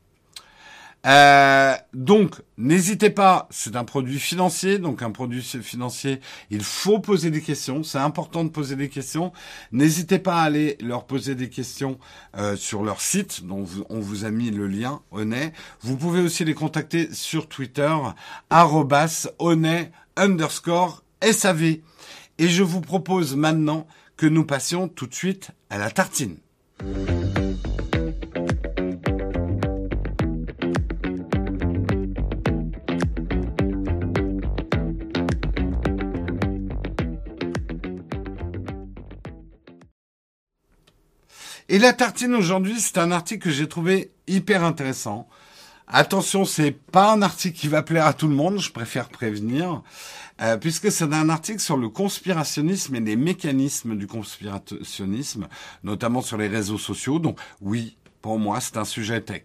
Donc, n'hésitez pas, c'est un produit financier, donc un produit financier, il faut poser des questions, c'est important de poser des questions. N'hésitez pas à aller leur poser des questions sur leur site, dont on vous a mis le lien, Honey. Vous pouvez aussi les contacter sur Twitter, @Honey_SAV. Et je vous propose maintenant que nous passions tout de suite à la tartine. Et la tartine aujourd'hui, c'est un article que j'ai trouvé hyper intéressant. Attention, c'est pas un article qui va plaire à tout le monde, je préfère prévenir, puisque c'est un article sur le conspirationnisme et les mécanismes du conspirationnisme, notamment sur les réseaux sociaux. Donc oui, pour moi, c'est un sujet tech.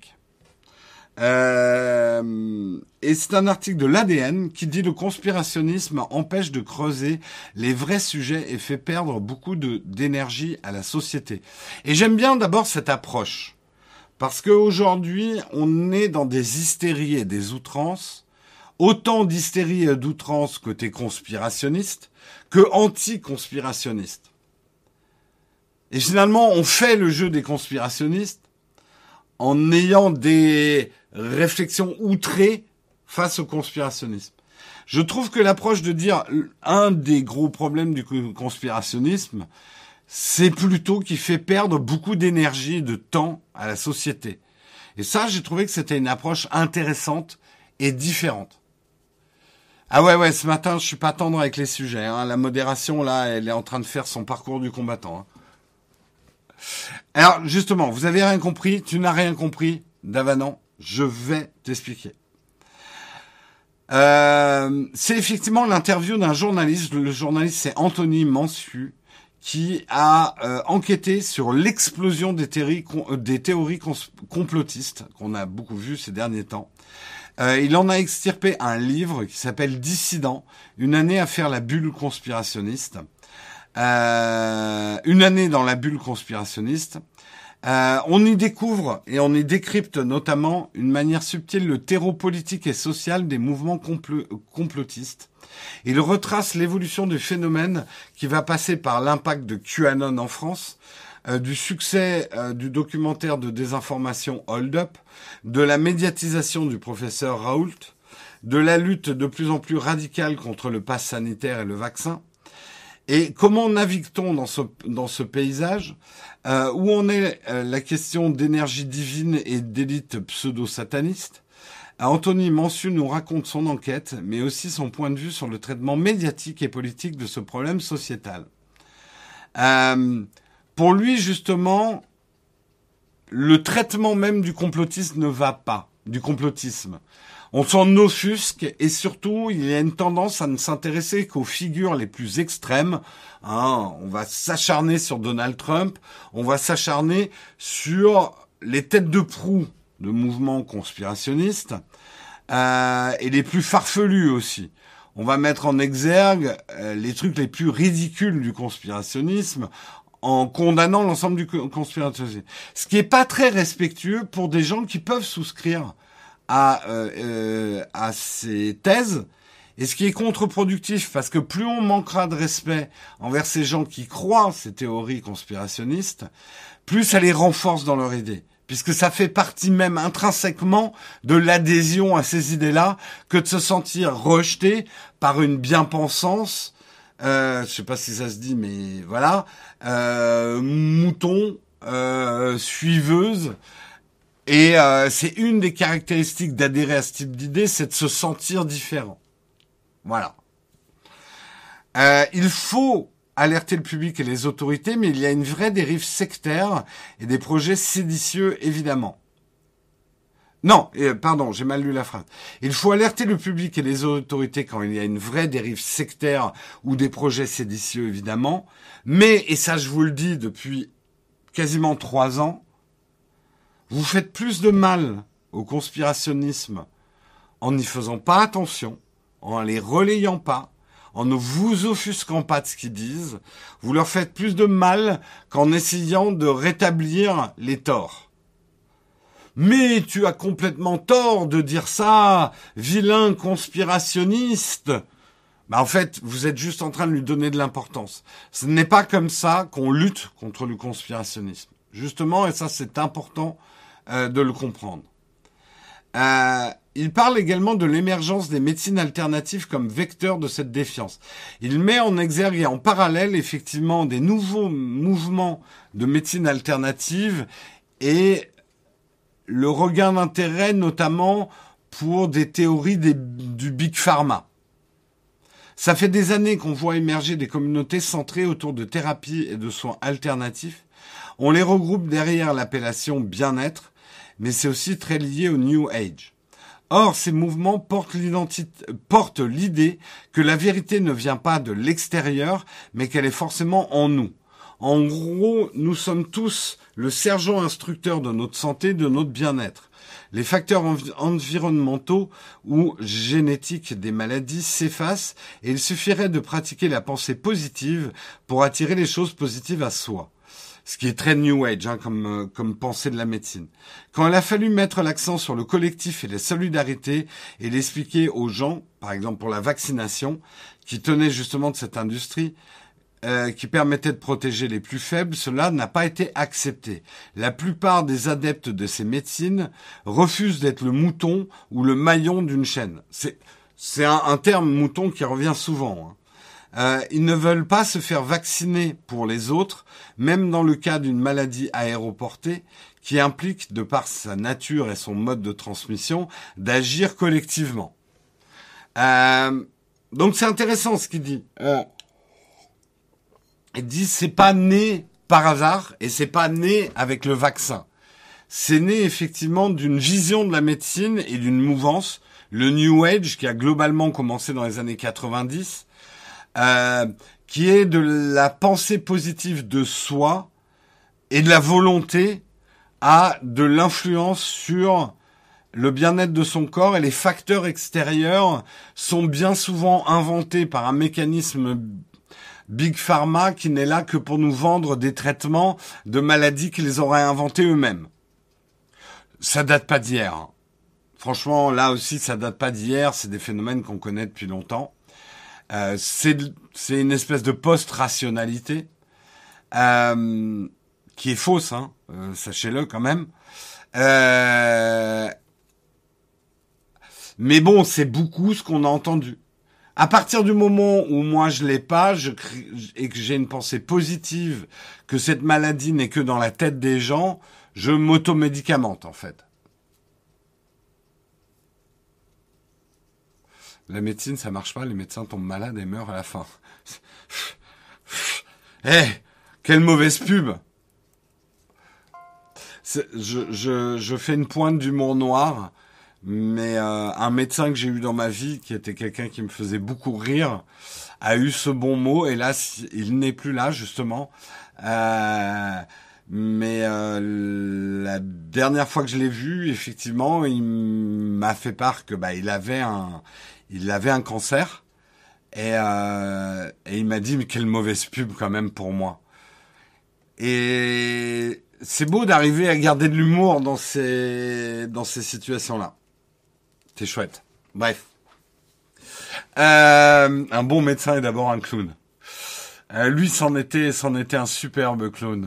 Et c'est un article de l'ADN qui dit le conspirationnisme empêche de creuser les vrais sujets et fait perdre beaucoup d'énergie à la société. Et j'aime bien d'abord cette approche. Parce qu'aujourd'hui, on est dans des hystéries et des outrances. Autant d'hystérie et d'outrance côté conspirationniste que anti-conspirationniste. Et finalement, on fait le jeu des conspirationnistes en ayant des réflexions outrées face au conspirationnisme. Je trouve que l'approche de dire un des gros problèmes du conspirationnisme, c'est plutôt qu'il fait perdre beaucoup d'énergie et de temps à la société. Et ça, j'ai trouvé que c'était une approche intéressante et différente. Ah ouais, ce matin, je suis pas tendre avec les sujets. Hein. La modération, là, elle est en train de faire son parcours du combattant. Hein. Alors, justement, vous avez rien compris, tu n'as rien compris, Davanant, je vais t'expliquer. C'est effectivement l'interview d'un journaliste. Le journaliste, c'est Anthony Mansu, qui a enquêté sur l'explosion des théories complotistes qu'on a beaucoup vues ces derniers temps. Il en a extirpé un livre qui s'appelle Dissident, une année à faire la bulle conspirationniste. Une année dans la bulle conspirationniste. On y découvre et on y décrypte notamment une manière subtile le terreau politique et social des mouvements complotistes. Il retrace l'évolution du phénomène qui va passer par l'impact de QAnon en France, du succès du documentaire de désinformation Hold Up, de la médiatisation du professeur Raoult, de la lutte de plus en plus radicale contre le pass sanitaire et le vaccin. Et comment navigue-t-on dans ce paysage où on est la question d'énergie divine et d'élite pseudo-sataniste? Anthony Mansu nous raconte son enquête, mais aussi son point de vue sur le traitement médiatique et politique de ce problème sociétal. Pour lui, justement, le traitement même du complotisme ne va pas, du complotisme. On s'en offusque et surtout, il y a une tendance à ne s'intéresser qu'aux figures les plus extrêmes. On va s'acharner sur Donald Trump, on va s'acharner sur les têtes de proue de mouvements conspirationnistes et les plus farfelus aussi. On va mettre en exergue les trucs les plus ridicules du conspirationnisme en condamnant l'ensemble du conspirationnisme. Ce qui est pas très respectueux pour des gens qui peuvent souscrire à ces thèses, et ce qui est contre-productif, parce que plus on manquera de respect envers ces gens qui croient ces théories conspirationnistes, plus ça les renforce dans leur idée, puisque ça fait partie même intrinsèquement de l'adhésion à ces idées-là que de se sentir rejeté par une bien-pensance, je sais pas si ça se dit, mais voilà, mouton, suiveuse. Et c'est une des caractéristiques d'adhérer à ce type d'idée, c'est de se sentir différent. Voilà. Il faut alerter le public et les autorités, mais il y a une vraie dérive sectaire et des projets séditieux, évidemment. Non, pardon, j'ai mal lu la phrase. Il faut alerter le public et les autorités quand il y a une vraie dérive sectaire ou des projets séditieux, évidemment. Mais, et ça je vous le dis depuis quasiment 3 ans, vous faites plus de mal au conspirationnisme en n'y faisant pas attention, en les relayant pas, en ne vous offusquant pas de ce qu'ils disent. Vous leur faites plus de mal qu'en essayant de rétablir les torts. Mais tu as complètement tort de dire ça, vilain conspirationniste. En fait, vous êtes juste en train de lui donner de l'importance. Ce n'est pas comme ça qu'on lutte contre le conspirationnisme. Justement, et ça c'est important de le comprendre. Il parle également de l'émergence des médecines alternatives comme vecteur de cette défiance. Il met en exergue et en parallèle effectivement des nouveaux mouvements de médecine alternative et le regain d'intérêt notamment pour des théories du Big Pharma. Ça fait des années qu'on voit émerger des communautés centrées autour de thérapies et de soins alternatifs. On les regroupe derrière l'appellation bien-être, mais c'est aussi très lié au New Age. Or, ces mouvements portent l'idée que la vérité ne vient pas de l'extérieur, mais qu'elle est forcément en nous. En gros, nous sommes tous le sergent instructeur de notre santé, de notre bien-être. Les facteurs environnementaux ou génétiques des maladies s'effacent et il suffirait de pratiquer la pensée positive pour attirer les choses positives à soi. Ce qui est très New Age, comme pensée de la médecine. Quand il a fallu mettre l'accent sur le collectif et la solidarité et l'expliquer aux gens, par exemple pour la vaccination, qui tenaient justement de cette industrie, qui permettait de protéger les plus faibles, cela n'a pas été accepté. La plupart des adeptes de ces médecines refusent d'être le mouton ou le maillon d'une chaîne. C'est un terme mouton qui revient souvent. Ils ne veulent pas se faire vacciner pour les autres, même dans le cas d'une maladie aéroportée qui implique, de par sa nature et son mode de transmission, d'agir collectivement. Donc c'est intéressant ce qu'il dit. Il dit c'est pas né par hasard et c'est pas né avec le vaccin. C'est né effectivement d'une vision de la médecine et d'une mouvance, le New Age qui a globalement commencé dans les années 90, qui est de la pensée positive de soi et de la volonté à de l'influence sur le bien-être de son corps, et les facteurs extérieurs sont bien souvent inventés par un mécanisme Big Pharma qui n'est là que pour nous vendre des traitements de maladies qu'ils auraient inventés eux-mêmes. Ça date pas d'hier. Hein. Franchement, là aussi, ça date pas d'hier. C'est des phénomènes qu'on connaît depuis longtemps. C'est une espèce de post-rationalité qui est fausse, hein, sachez-le quand même. Mais bon, c'est beaucoup ce qu'on a entendu. À partir du moment où moi je l'ai pas, et que j'ai une pensée positive que cette maladie n'est que dans la tête des gens, je m'automédicamente en fait. La médecine, ça marche pas, les médecins tombent malades et meurent à la fin. Quelle mauvaise pub! Je fais une pointe d'humour noir. Mais un médecin que j'ai eu dans ma vie, qui était quelqu'un qui me faisait beaucoup rire, a eu ce bon mot. Et là, il n'est plus là, justement. Mais la dernière fois que je l'ai vu, effectivement, il m'a fait part que il avait un cancer. Et il m'a dit, mais quelle mauvaise pub quand même pour moi. Et c'est beau d'arriver à garder de l'humour dans ces situations-là. C'est chouette. Bref. Un bon médecin est d'abord un clown. Lui, c'en était un superbe clown.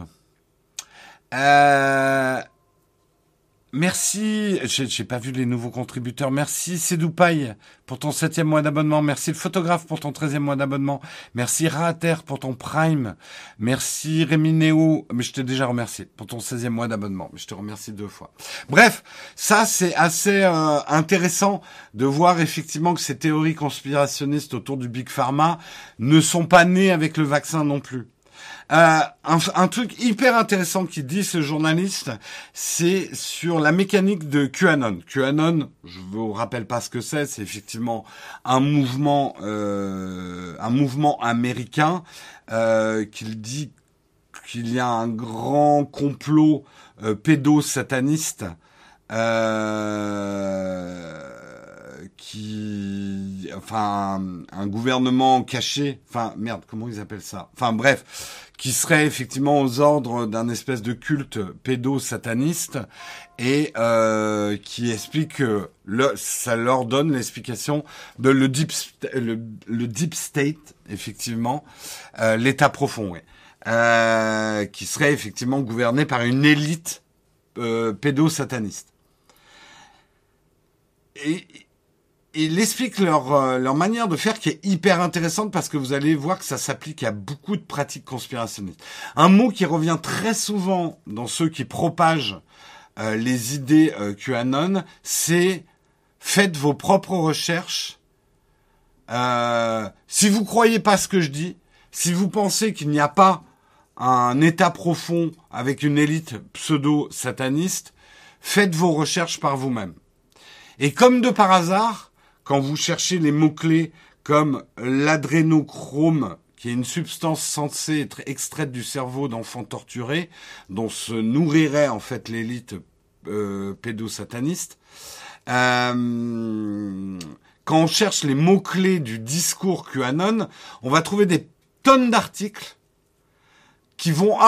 Merci, j'ai pas vu les nouveaux contributeurs. Merci Sedoupaï pour ton 7e mois d'abonnement. Merci le photographe pour ton 13e mois d'abonnement. Merci Rater pour ton Prime. Merci Rémi Néo, mais je t'ai déjà remercié pour ton 16e mois d'abonnement. Mais je te remercie 2 fois. Bref, ça c'est assez intéressant de voir effectivement que ces théories conspirationnistes autour du Big Pharma ne sont pas nées avec le vaccin non plus. Un truc hyper intéressant qu'il dit ce journaliste, c'est sur la mécanique de QAnon. QAnon, je vous rappelle pas ce que c'est effectivement un mouvement américain qu'il dit qu'il y a un grand complot pédosataniste un gouvernement caché, comment ils appellent ça? Enfin bref, qui serait effectivement aux ordres d'un espèce de culte pédosataniste et qui explique que ça leur donne l'explication de le deep state, effectivement, l'état profond, qui serait effectivement gouverné par une élite pédosataniste. Et il explique leur manière de faire qui est hyper intéressante parce que vous allez voir que ça s'applique à beaucoup de pratiques conspirationnistes. Un mot qui revient très souvent dans ceux qui propagent les idées QAnon, c'est faites vos propres recherches. Si vous croyez pas ce que je dis, si vous pensez qu'il n'y a pas un état profond avec une élite pseudo-sataniste, faites vos recherches par vous-même. Et comme de par hasard, quand vous cherchez les mots-clés comme l'adrénochrome, qui est une substance censée être extraite du cerveau d'enfants torturés, dont se nourrirait en fait l'élite pédosataniste, quand on cherche les mots-clés du discours QAnon, on va trouver des tonnes d'articles qui vont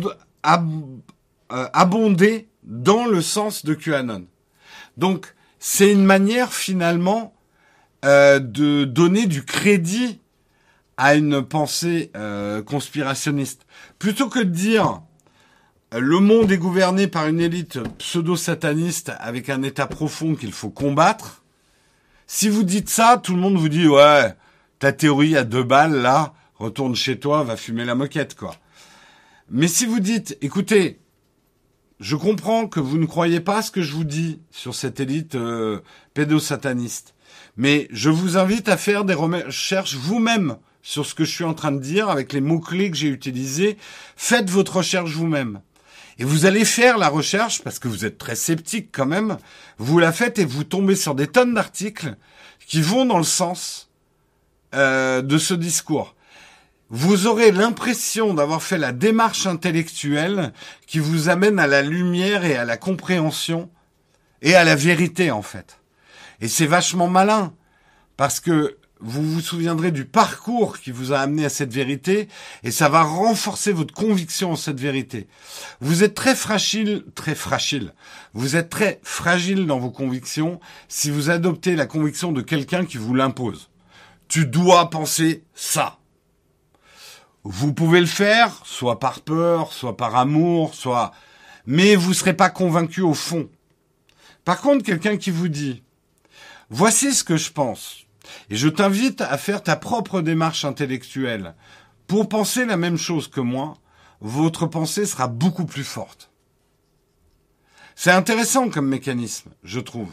abonder dans le sens de QAnon. Donc, c'est une manière finalement de donner du crédit à une pensée conspirationniste. Plutôt que de dire le monde est gouverné par une élite pseudo-sataniste avec un état profond qu'il faut combattre, si vous dites ça, tout le monde vous dit ouais, ta théorie à 2 balles là, retourne chez toi, va fumer la moquette quoi. Mais si vous dites écoutez, je comprends que vous ne croyez pas ce que je vous dis sur cette élite pédosataniste. Mais je vous invite à faire des recherches vous-même sur ce que je suis en train de dire avec les mots-clés que j'ai utilisés. Faites votre recherche vous-même. Et vous allez faire la recherche, parce que vous êtes très sceptique quand même, vous la faites et vous tombez sur des tonnes d'articles qui vont dans le sens de ce discours. Vous aurez l'impression d'avoir fait la démarche intellectuelle qui vous amène à la lumière et à la compréhension et à la vérité, en fait. Et c'est vachement malin, parce que vous vous souviendrez du parcours qui vous a amené à cette vérité, et ça va renforcer votre conviction en cette vérité. Vous êtes très fragile, vous êtes très fragile dans vos convictions si vous adoptez la conviction de quelqu'un qui vous l'impose. Tu dois penser ça. Vous pouvez le faire, soit par peur, soit par amour, mais vous serez pas convaincu au fond. Par contre, quelqu'un qui vous dit « Voici ce que je pense », et je t'invite à faire ta propre démarche intellectuelle. Pour penser la même chose que moi, votre pensée sera beaucoup plus forte. C'est intéressant comme mécanisme, je trouve.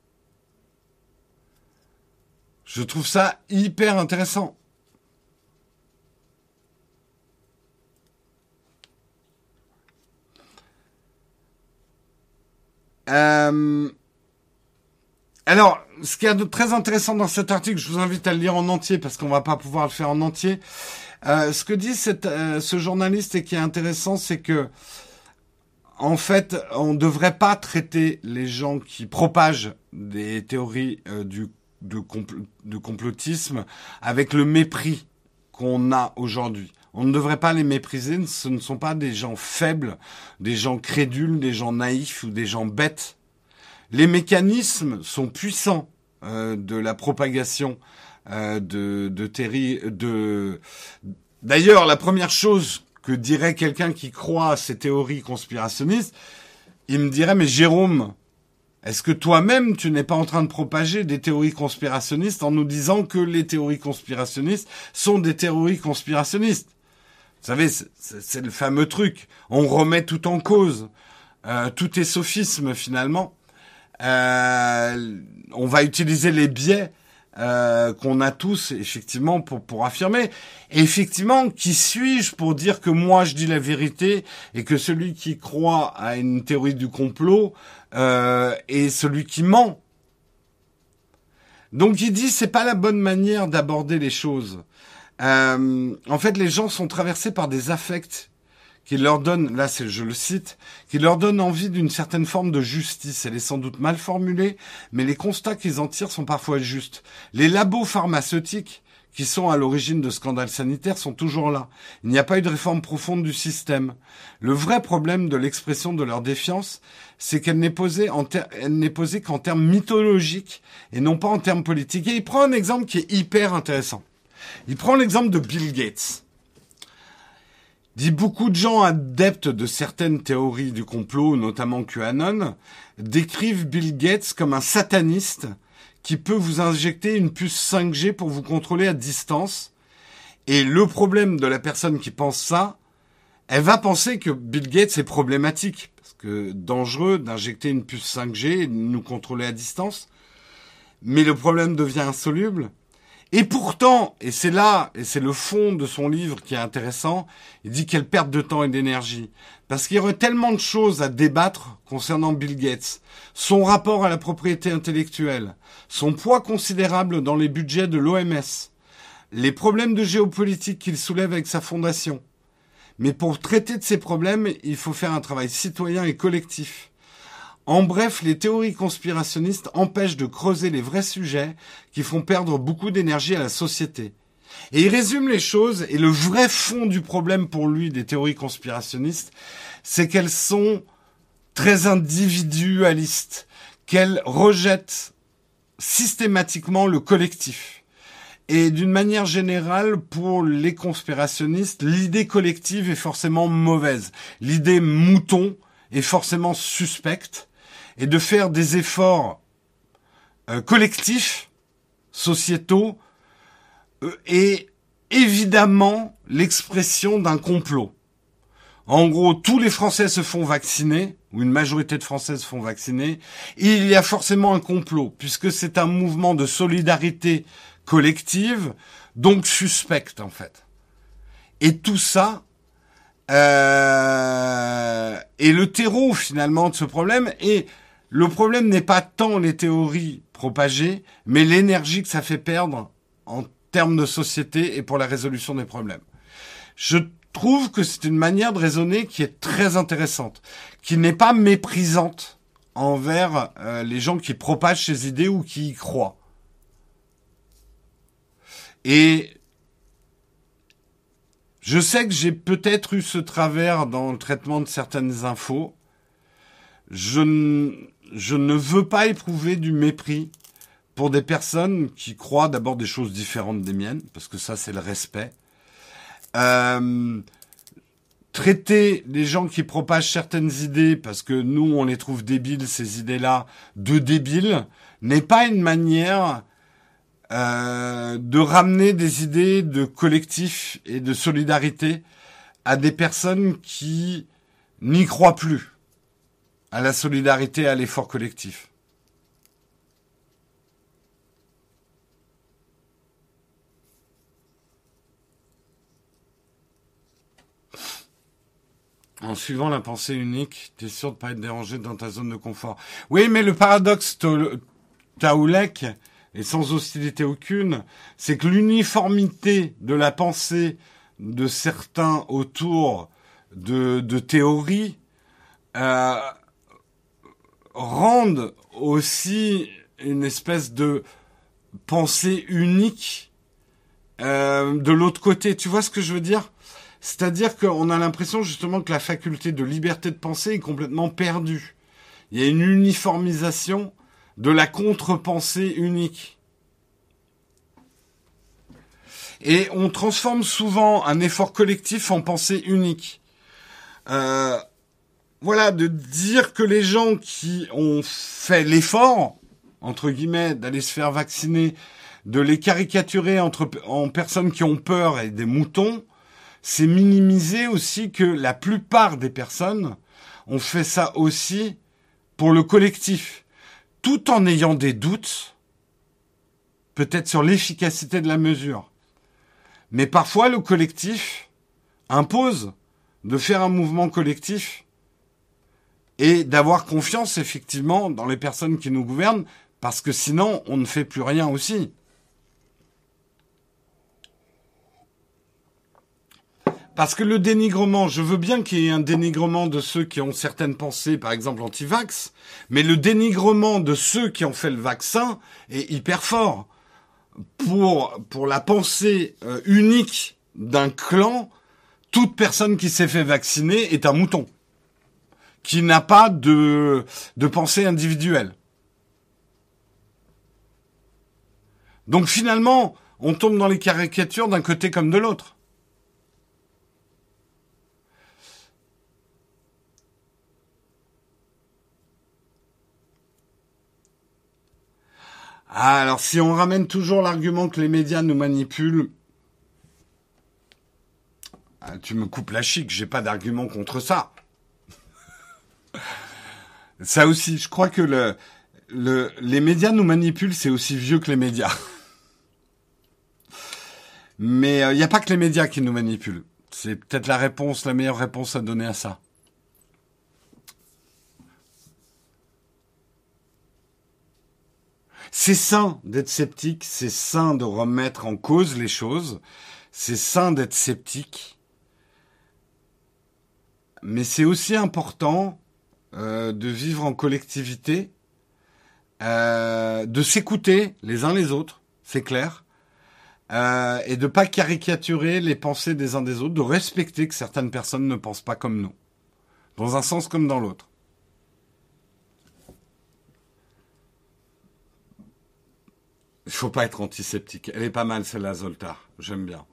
Je trouve ça hyper intéressant. Alors, ce qu'il y a de très intéressant dans cet article, je vous invite à le lire en entier parce qu'on va pas pouvoir le faire en entier. Ce que dit ce journaliste et qui est intéressant, c'est que en fait, on ne devrait pas traiter les gens qui propagent des théories de complotisme avec le mépris qu'on a aujourd'hui. On ne devrait pas les mépriser, ce ne sont pas des gens faibles, des gens crédules, des gens naïfs ou des gens bêtes. Les mécanismes sont puissants de la propagation de théories. D'ailleurs, la première chose que dirait quelqu'un qui croit à ces théories conspirationnistes, il me dirait « Mais Jérôme, est-ce que toi-même, tu n'es pas en train de propager des théories conspirationnistes en nous disant que les théories conspirationnistes sont des théories conspirationnistes ?» Vous savez, c'est le fameux truc. On remet tout en cause. Tout est sophisme, finalement. On va utiliser les biais qu'on a tous, effectivement, pour affirmer. Et effectivement, qui suis-je pour dire que moi, je dis la vérité et que celui qui croit à une théorie du complot est celui qui ment? Donc, il dit, c'est pas la bonne manière d'aborder les choses. En fait, les gens sont traversés par des affects qui leur donnent, là je le cite, qui leur donnent envie d'une certaine forme de justice. Elle est sans doute mal formulée, mais les constats qu'ils en tirent sont parfois justes. Les labos pharmaceutiques qui sont à l'origine de scandales sanitaires sont toujours là. Il n'y a pas eu de réforme profonde du système. Le vrai problème de l'expression de leur défiance, c'est qu'elle n'est posée qu'en termes mythologiques et non pas en termes politiques. Et il prend un exemple qui est hyper intéressant. Il prend l'exemple de Bill Gates. Il dit beaucoup de gens adeptes de certaines théories du complot, notamment QAnon, décrivent Bill Gates comme un sataniste qui peut vous injecter une puce 5G pour vous contrôler à distance. Et le problème de la personne qui pense ça, elle va penser que Bill Gates est problématique, parce que dangereux d'injecter une puce 5G et de nous contrôler à distance. Mais le problème devient insoluble. Et pourtant, et c'est là, et c'est le fond de son livre qui est intéressant, il dit quelle perte de temps et d'énergie. Parce qu'il y aurait tellement de choses à débattre concernant Bill Gates, son rapport à la propriété intellectuelle, son poids considérable dans les budgets de l'OMS, les problèmes de géopolitique qu'il soulève avec sa fondation. Mais pour traiter de ces problèmes, il faut faire un travail citoyen et collectif. En bref, les théories conspirationnistes empêchent de creuser les vrais sujets qui font perdre beaucoup d'énergie à la société. Et il résume les choses, et le vrai fond du problème pour lui des théories conspirationnistes, c'est qu'elles sont très individualistes, qu'elles rejettent systématiquement le collectif. Et d'une manière générale, pour les conspirationnistes, l'idée collective est forcément mauvaise. L'idée mouton est forcément suspecte. Et de faire des efforts collectifs, sociétaux, est évidemment l'expression d'un complot. En gros, tous les Français se font vacciner, ou une majorité de Français se font vacciner, et il y a forcément un complot, puisque c'est un mouvement de solidarité collective, donc suspecte en fait. Et tout ça Et le terreau finalement de ce problème, et le problème n'est pas tant les théories propagées, mais l'énergie que ça fait perdre en termes de société et pour la résolution des problèmes. Je trouve que c'est une manière de raisonner qui est très intéressante, qui n'est pas méprisante envers les gens qui propagent ces idées ou qui y croient. Et je sais que j'ai peut-être eu ce travers dans le traitement de certaines infos. Je ne veux pas éprouver du mépris pour des personnes qui croient d'abord des choses différentes des miennes, parce que ça, c'est le respect. Traiter les gens qui propagent certaines idées, parce que nous, on les trouve débiles, ces idées-là, de débiles, n'est pas une manière de ramener des idées de collectif et de solidarité à des personnes qui n'y croient plus, à la solidarité et à l'effort collectif. En suivant la pensée unique, t'es sûr de pas être dérangé dans ta zone de confort. Oui, mais le paradoxe Taoulek, et sans hostilité aucune, c'est que l'uniformité de la pensée de certains autour de théories rendent aussi une espèce de pensée unique de l'autre côté. Tu vois ce que je veux dire ? C'est-à-dire qu'on a l'impression justement que la faculté de liberté de penser est complètement perdue. Il y a une uniformisation de la contre-pensée unique. Et on transforme souvent un effort collectif en pensée unique. Voilà, de dire que les gens qui ont fait l'effort, entre guillemets, d'aller se faire vacciner, de les caricaturer en personnes qui ont peur et des moutons, c'est minimiser aussi que la plupart des personnes ont fait ça aussi pour le collectif, tout en ayant des doutes, peut-être sur l'efficacité de la mesure. Mais parfois, le collectif impose de faire un mouvement collectif et d'avoir confiance, effectivement, dans les personnes qui nous gouvernent, parce que sinon, on ne fait plus rien aussi. Parce que le dénigrement, je veux bien qu'il y ait un dénigrement de ceux qui ont certaines pensées, par exemple anti-vax, mais le dénigrement de ceux qui ont fait le vaccin est hyper fort. Pour la pensée unique d'un clan, toute personne qui s'est fait vacciner est un mouton, qui n'a pas de pensée individuelle. Donc finalement, on tombe dans les caricatures d'un côté comme de l'autre. Ah, alors si on ramène toujours l'argument que les médias nous manipulent, tu me coupes la chic, j'ai pas d'argument contre ça. Ça aussi, je crois que les médias nous manipulent, c'est aussi vieux que les médias. Mais il n'y a pas que les médias qui nous manipulent. C'est peut-être la meilleure réponse à donner à ça. C'est sain d'être sceptique, c'est sain de remettre en cause les choses, c'est sain d'être sceptique, mais c'est aussi important de vivre en collectivité, de s'écouter les uns les autres, c'est clair, et de pas caricaturer les pensées des uns des autres, de respecter que certaines personnes ne pensent pas comme nous, dans un sens comme dans l'autre. Il faut pas être antiseptique. Elle est pas mal, celle-là, Zoltar. J'aime bien.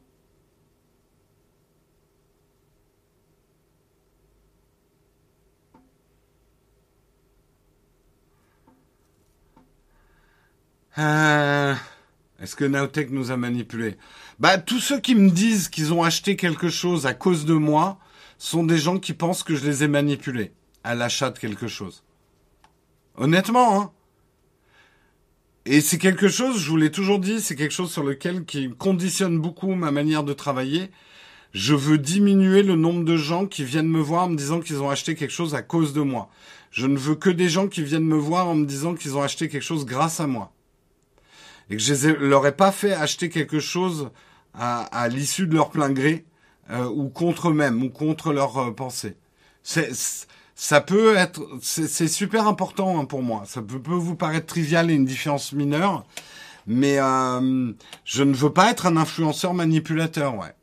Est-ce que Nowtech nous a manipulés ? Bah, tous ceux qui me disent qu'ils ont acheté quelque chose à cause de moi sont des gens qui pensent que je les ai manipulés à l'achat de quelque chose. Honnêtement, hein. Et c'est quelque chose, je vous l'ai toujours dit, c'est quelque chose sur lequel qui conditionne beaucoup ma manière de travailler. Je veux diminuer le nombre de gens qui viennent me voir en me disant qu'ils ont acheté quelque chose à cause de moi. Je ne veux que des gens qui viennent me voir en me disant qu'ils ont acheté quelque chose grâce à moi. Et que leur ai pas fait acheter quelque chose à l'issue de leur plein gré, ou contre eux-mêmes, ou contre leurs pensées. Ça peut être, c'est super important hein, pour moi. Ça peut vous paraître trivial et une différence mineure, mais je ne veux pas être un influenceur manipulateur, ouais.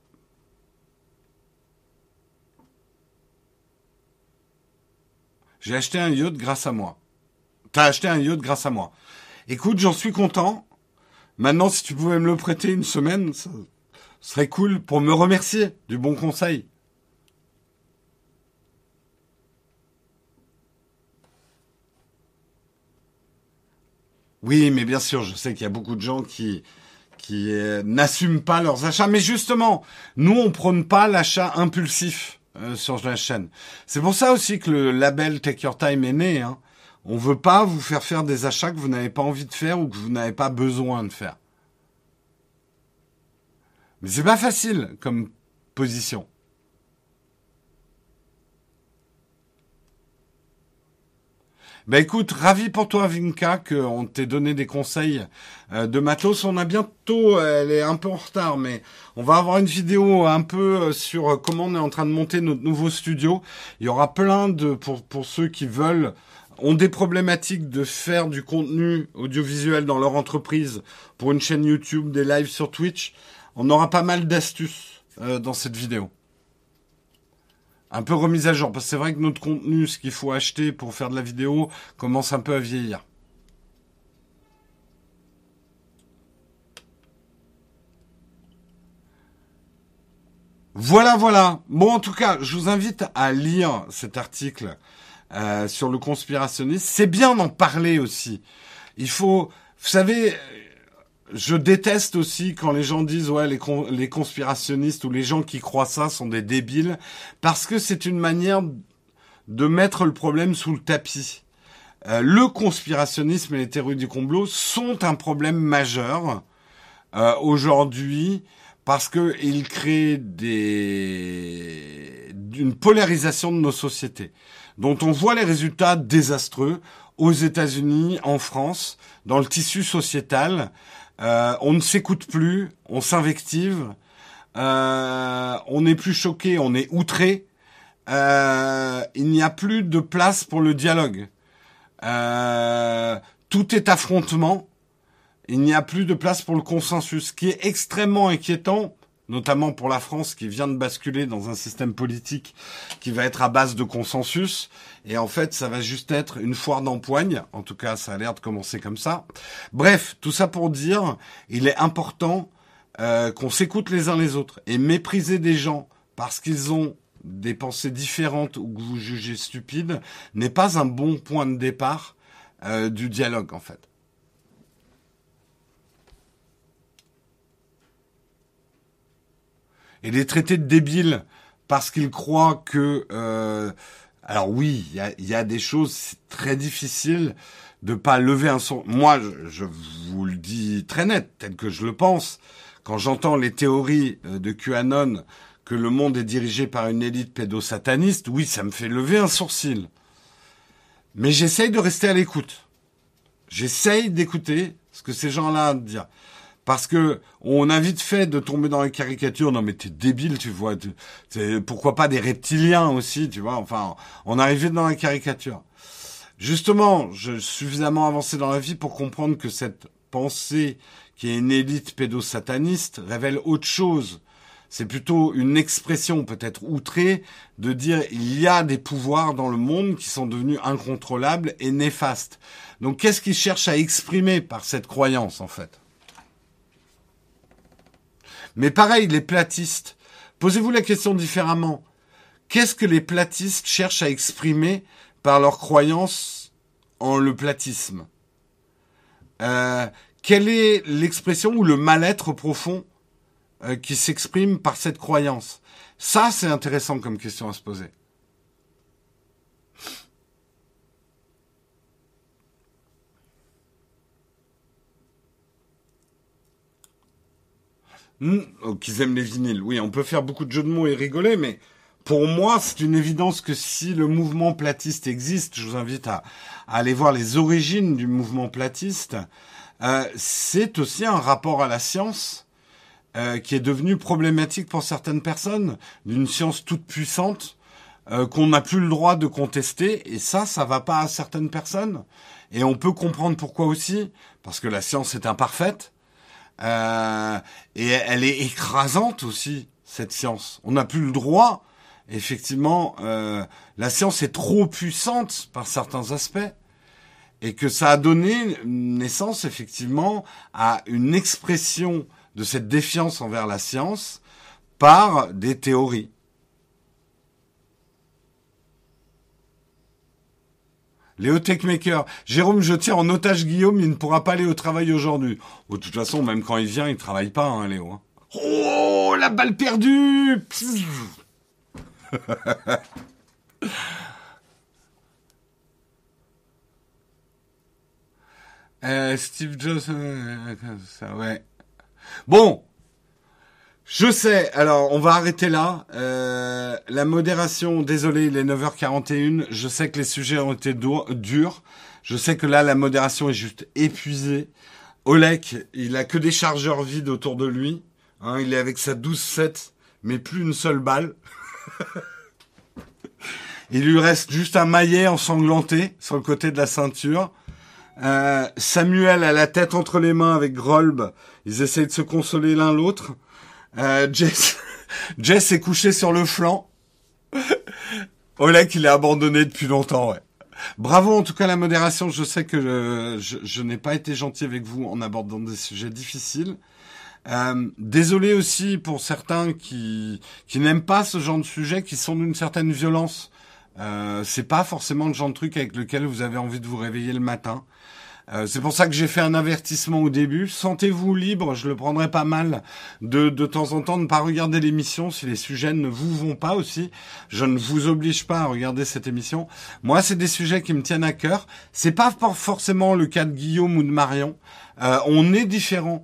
J'ai acheté un yacht grâce à moi. T'as acheté un yacht grâce à moi. Écoute, j'en suis content. Maintenant, si tu pouvais me le prêter une semaine, ça serait cool pour me remercier du bon conseil. Oui, mais bien sûr, je sais qu'il y a beaucoup de gens qui n'assument pas leurs achats. Mais justement, nous, on prône pas l'achat impulsif sur la chaîne. C'est pour ça aussi que le label Take Your Time est né. Hein. On veut pas vous faire faire des achats que vous n'avez pas envie de faire ou que vous n'avez pas besoin de faire. Mais c'est pas facile comme position. Bah écoute, ravi pour toi Vinka qu'on t'ait donné des conseils de matos. On a bientôt, elle est un peu en retard, mais on va avoir une vidéo un peu sur comment on est en train de monter notre nouveau studio. Il y aura plein de, pour ceux qui veulent, ont des problématiques de faire du contenu audiovisuel dans leur entreprise pour une chaîne YouTube, des lives sur Twitch. On aura pas mal d'astuces dans cette vidéo. Un peu remise à jour, parce que c'est vrai que notre contenu, ce qu'il faut acheter pour faire de la vidéo, commence un peu à vieillir. Voilà, voilà. Bon, en tout cas, je vous invite à lire cet article sur le conspirationnisme. C'est bien d'en parler aussi. Il faut, vous savez, je déteste aussi quand les gens disent ouais les conspirationnistes ou les gens qui croient ça sont des débiles parce que c'est une manière de mettre le problème sous le tapis. Le conspirationnisme et les théories du complot sont un problème majeur aujourd'hui parce que ils créent une polarisation de nos sociétés dont on voit les résultats désastreux aux États-Unis, en France, dans le tissu sociétal. On ne s'écoute plus, on s'invective, on n'est plus choqué, on est outré. Il n'y a plus de place pour le dialogue. Tout est affrontement. Il n'y a plus de place pour le consensus, ce qui est extrêmement inquiétant, notamment pour la France qui vient de basculer dans un système politique qui va être à base de consensus. Et en fait, ça va juste être une foire d'empoigne. En tout cas, ça a l'air de commencer comme ça. Bref, tout ça pour dire, il est important qu'on s'écoute les uns les autres. Et mépriser des gens parce qu'ils ont des pensées différentes ou que vous jugez stupides n'est pas un bon point de départ du dialogue, en fait. Et les traiter de débiles parce qu'ils croient que... alors oui, il y a des choses, c'est très difficile de pas lever un son. Moi, je vous le dis très net, tel que je le pense. Quand j'entends les théories de QAnon, que le monde est dirigé par une élite pédosataniste, oui, ça me fait lever un sourcil. Mais j'essaye de rester à l'écoute. J'essaye d'écouter ce que ces gens-là disent. Parce que on a vite fait de tomber dans les caricatures. Non mais t'es débile, tu vois. Pourquoi pas des reptiliens aussi, tu vois. Enfin, on arrivait dans la caricature. Justement, je suis suffisamment avancé dans la vie pour comprendre que cette pensée qui est une élite pédosataniste révèle autre chose. C'est plutôt une expression peut-être outrée de dire il y a des pouvoirs dans le monde qui sont devenus incontrôlables et néfastes. Donc qu'est-ce qu'ils cherchent à exprimer par cette croyance en fait ? Mais pareil, les platistes. Posez-vous la question différemment. Qu'est-ce que les platistes cherchent à exprimer par leur croyance en le platisme ? Quelle est l'expression ou le mal-être profond qui s'exprime par cette croyance ? Ça, c'est intéressant comme question à se poser. Oh, qu'ils aiment les vinyles. Oui, on peut faire beaucoup de jeux de mots et rigoler, mais pour moi, c'est une évidence que si le mouvement platiste existe, je vous invite à aller voir les origines du mouvement platiste, c'est aussi un rapport à la science qui est devenu problématique pour certaines personnes, d'une science toute puissante qu'on n'a plus le droit de contester, et ça va pas à certaines personnes. Et on peut comprendre pourquoi aussi, parce que la science est imparfaite, et elle est écrasante aussi, cette science. On n'a plus le droit, effectivement, la science est trop puissante par certains aspects, et que ça a donné naissance, effectivement, à une expression de cette défiance envers la science par des théories. Léo Techmaker, Jérôme, je tiens en otage Guillaume, il ne pourra pas aller au travail aujourd'hui. De toute façon, même quand il vient, il travaille pas, hein, Léo. Hein. Oh, la balle perdue. Steve Jobs, ça, ouais. Bon, je sais, alors on va arrêter là. La modération, désolé, il est 9h41. Je sais que les sujets ont été durs. Je sais que là, la modération est juste épuisée. Olek, il a que des chargeurs vides autour de lui. Hein, il est avec sa 12-7, mais plus une seule balle. Il lui reste juste un maillet ensanglanté sur le côté de la ceinture. Samuel a la tête entre les mains avec Grolb. Ils essayent de se consoler l'un l'autre. Jess est couché sur le flanc. Oleg, il est abandonné depuis longtemps, ouais. Bravo, en tout cas, la modération. Je sais que je n'ai pas été gentil avec vous en abordant des sujets difficiles. Désolé aussi pour certains qui n'aiment pas ce genre de sujet, qui sont d'une certaine violence. C'est pas forcément le genre de truc avec lequel vous avez envie de vous réveiller le matin. C'est pour ça que j'ai fait un avertissement au début. Sentez-vous libre, je le prendrai pas mal de temps en temps de ne pas regarder l'émission si les sujets ne vous vont pas aussi. Je ne vous oblige pas à regarder cette émission. Moi, c'est des sujets qui me tiennent à cœur. C'est pas forcément le cas de Guillaume ou de Marion. On est différents,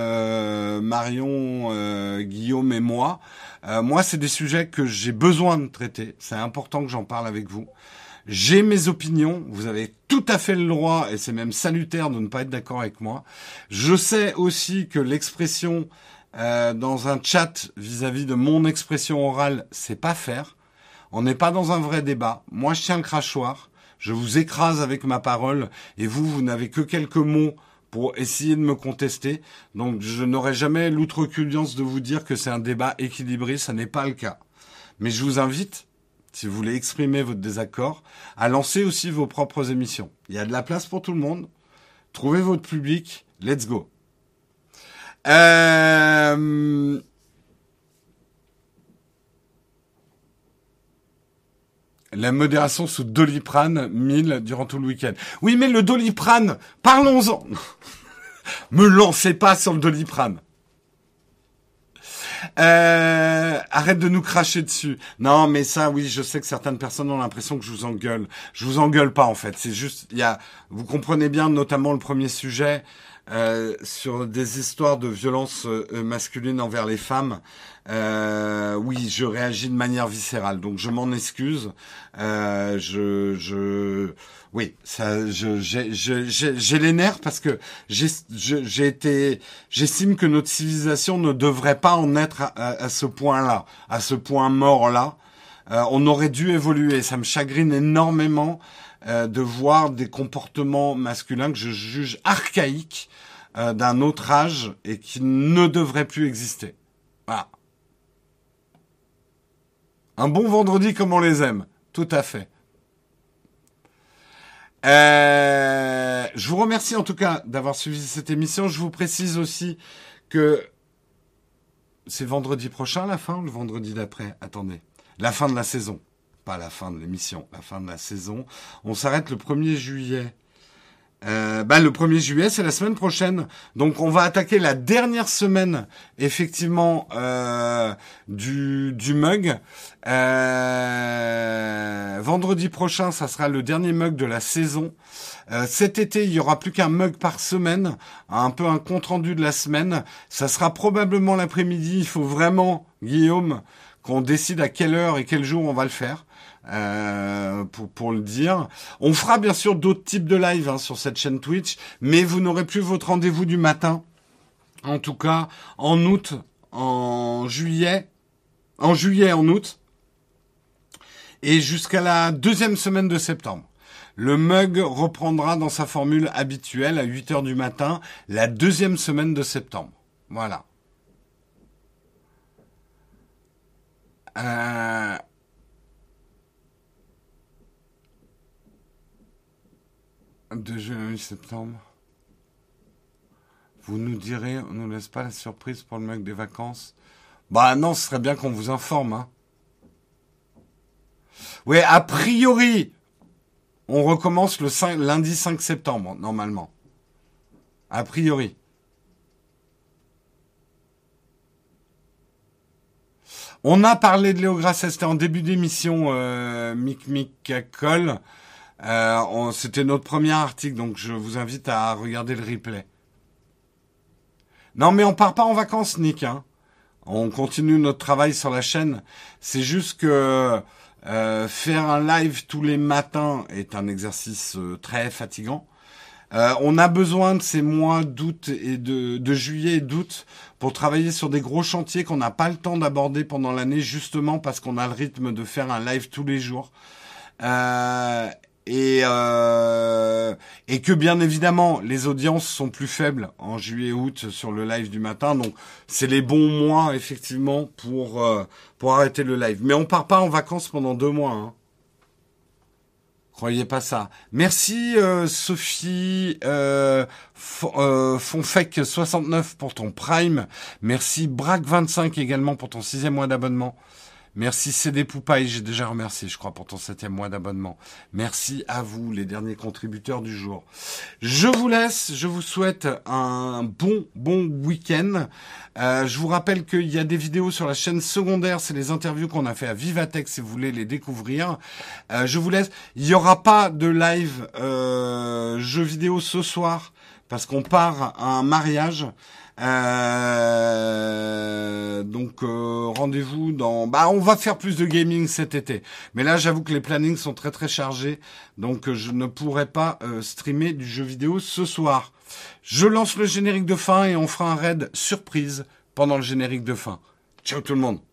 Marion, Guillaume et moi. Moi, c'est des sujets que j'ai besoin de traiter. C'est important que j'en parle avec vous. J'ai mes opinions, vous avez tout à fait le droit, et c'est même salutaire de ne pas être d'accord avec moi. Je sais aussi que l'expression dans un chat vis-à-vis de mon expression orale, c'est pas faire. On n'est pas dans un vrai débat. Moi, je tiens le crachoir, je vous écrase avec ma parole, et vous n'avez que quelques mots pour essayer de me contester. Donc, je n'aurai jamais l'outrecuidance de vous dire que c'est un débat équilibré, ça n'est pas le cas. Mais je vous invite, si vous voulez exprimer votre désaccord, à lancer aussi vos propres émissions. Il y a de la place pour tout le monde. Trouvez votre public. Let's go. La modération sous Doliprane 1000 durant tout le week-end. Oui, mais le Doliprane, parlons-en. Me lancez pas sur le Doliprane. Arrête de nous cracher dessus. Non, mais ça, oui, je sais que certaines personnes ont l'impression que je vous engueule. Je vous engueule pas, en fait. C'est juste, vous comprenez bien, notamment le premier sujet, sur des histoires de violence masculine envers les femmes. Oui, je réagis de manière viscérale, donc je m'en excuse. Oui, ça, j'ai les nerfs parce que j'estime que notre civilisation ne devrait pas en être à ce point-là, à ce point mort-là. On aurait dû évoluer. Ça me chagrine énormément de voir des comportements masculins que je juge archaïques d'un autre âge et qui ne devraient plus exister. Voilà. Un bon vendredi comme on les aime. Tout à fait. Je vous remercie en tout cas d'avoir suivi cette émission. Je vous précise aussi que c'est vendredi prochain la fin ou le vendredi d'après? Attendez. La fin de la saison. Pas la fin de l'émission, la fin de la saison. On s'arrête le 1er juillet. Le 1er juillet, c'est la semaine prochaine. Donc, on va attaquer la dernière semaine, effectivement, du mug. Vendredi prochain, ça sera le dernier mug de la saison. Cet été, il y aura plus qu'un mug par semaine, un peu un compte-rendu de la semaine. Ça sera probablement l'après-midi. Il faut vraiment, Guillaume, qu'on décide à quelle heure et quel jour on va le faire. Pour le dire. On fera bien sûr d'autres types de live sur cette chaîne Twitch, mais vous n'aurez plus votre rendez-vous du matin. En tout cas, en août, en juillet, en août, et jusqu'à la deuxième semaine de septembre. Le mug reprendra dans sa formule habituelle à 8h du matin, la deuxième semaine de septembre. Voilà. De juin à 8 septembre. Vous nous direz, on ne nous laisse pas la surprise pour le mug des vacances. Bah non, ce serait bien qu'on vous informe. Hein. Ouais, a priori, on recommence le lundi 5 septembre, normalement. A priori. On a parlé de Léo Grasset, c'était en début d'émission, Mick Cole. C'était notre premier article, donc je vous invite à regarder le replay. Non, mais on part pas en vacances, Nick. Hein. On continue notre travail sur la chaîne. C'est juste que faire un live tous les matins est un exercice très fatigant. On a besoin de ces mois d'août et de juillet et d'août pour travailler sur des gros chantiers qu'on n'a pas le temps d'aborder pendant l'année, justement parce qu'on a le rythme de faire un live tous les jours. Et que bien évidemment les audiences sont plus faibles en juillet et août sur le live du matin, donc c'est les bons mois effectivement pour arrêter le live. Mais on part pas en vacances pendant 2 mois. Hein. Croyez pas ça. Merci Sophie Fonfec69 pour ton Prime. Merci Braque25 également pour ton 6e mois d'abonnement. Merci CD Poupaille, j'ai déjà remercié, je crois, pour ton 7e mois d'abonnement. Merci à vous, les derniers contributeurs du jour. Je vous laisse, je vous souhaite un bon week-end. Je vous rappelle qu'il y a des vidéos sur la chaîne secondaire, c'est les interviews qu'on a fait à Vivatech si vous voulez les découvrir. Je vous laisse, il n'y aura pas de live jeux vidéo ce soir, parce qu'on part à un mariage. Donc rendez-vous dans... on va faire plus de gaming cet été. Mais là, j'avoue que les plannings sont très très chargés. Donc je ne pourrai pas streamer du jeu vidéo ce soir. Je lance le générique de fin et on fera un raid surprise pendant le générique de fin. Ciao tout le monde.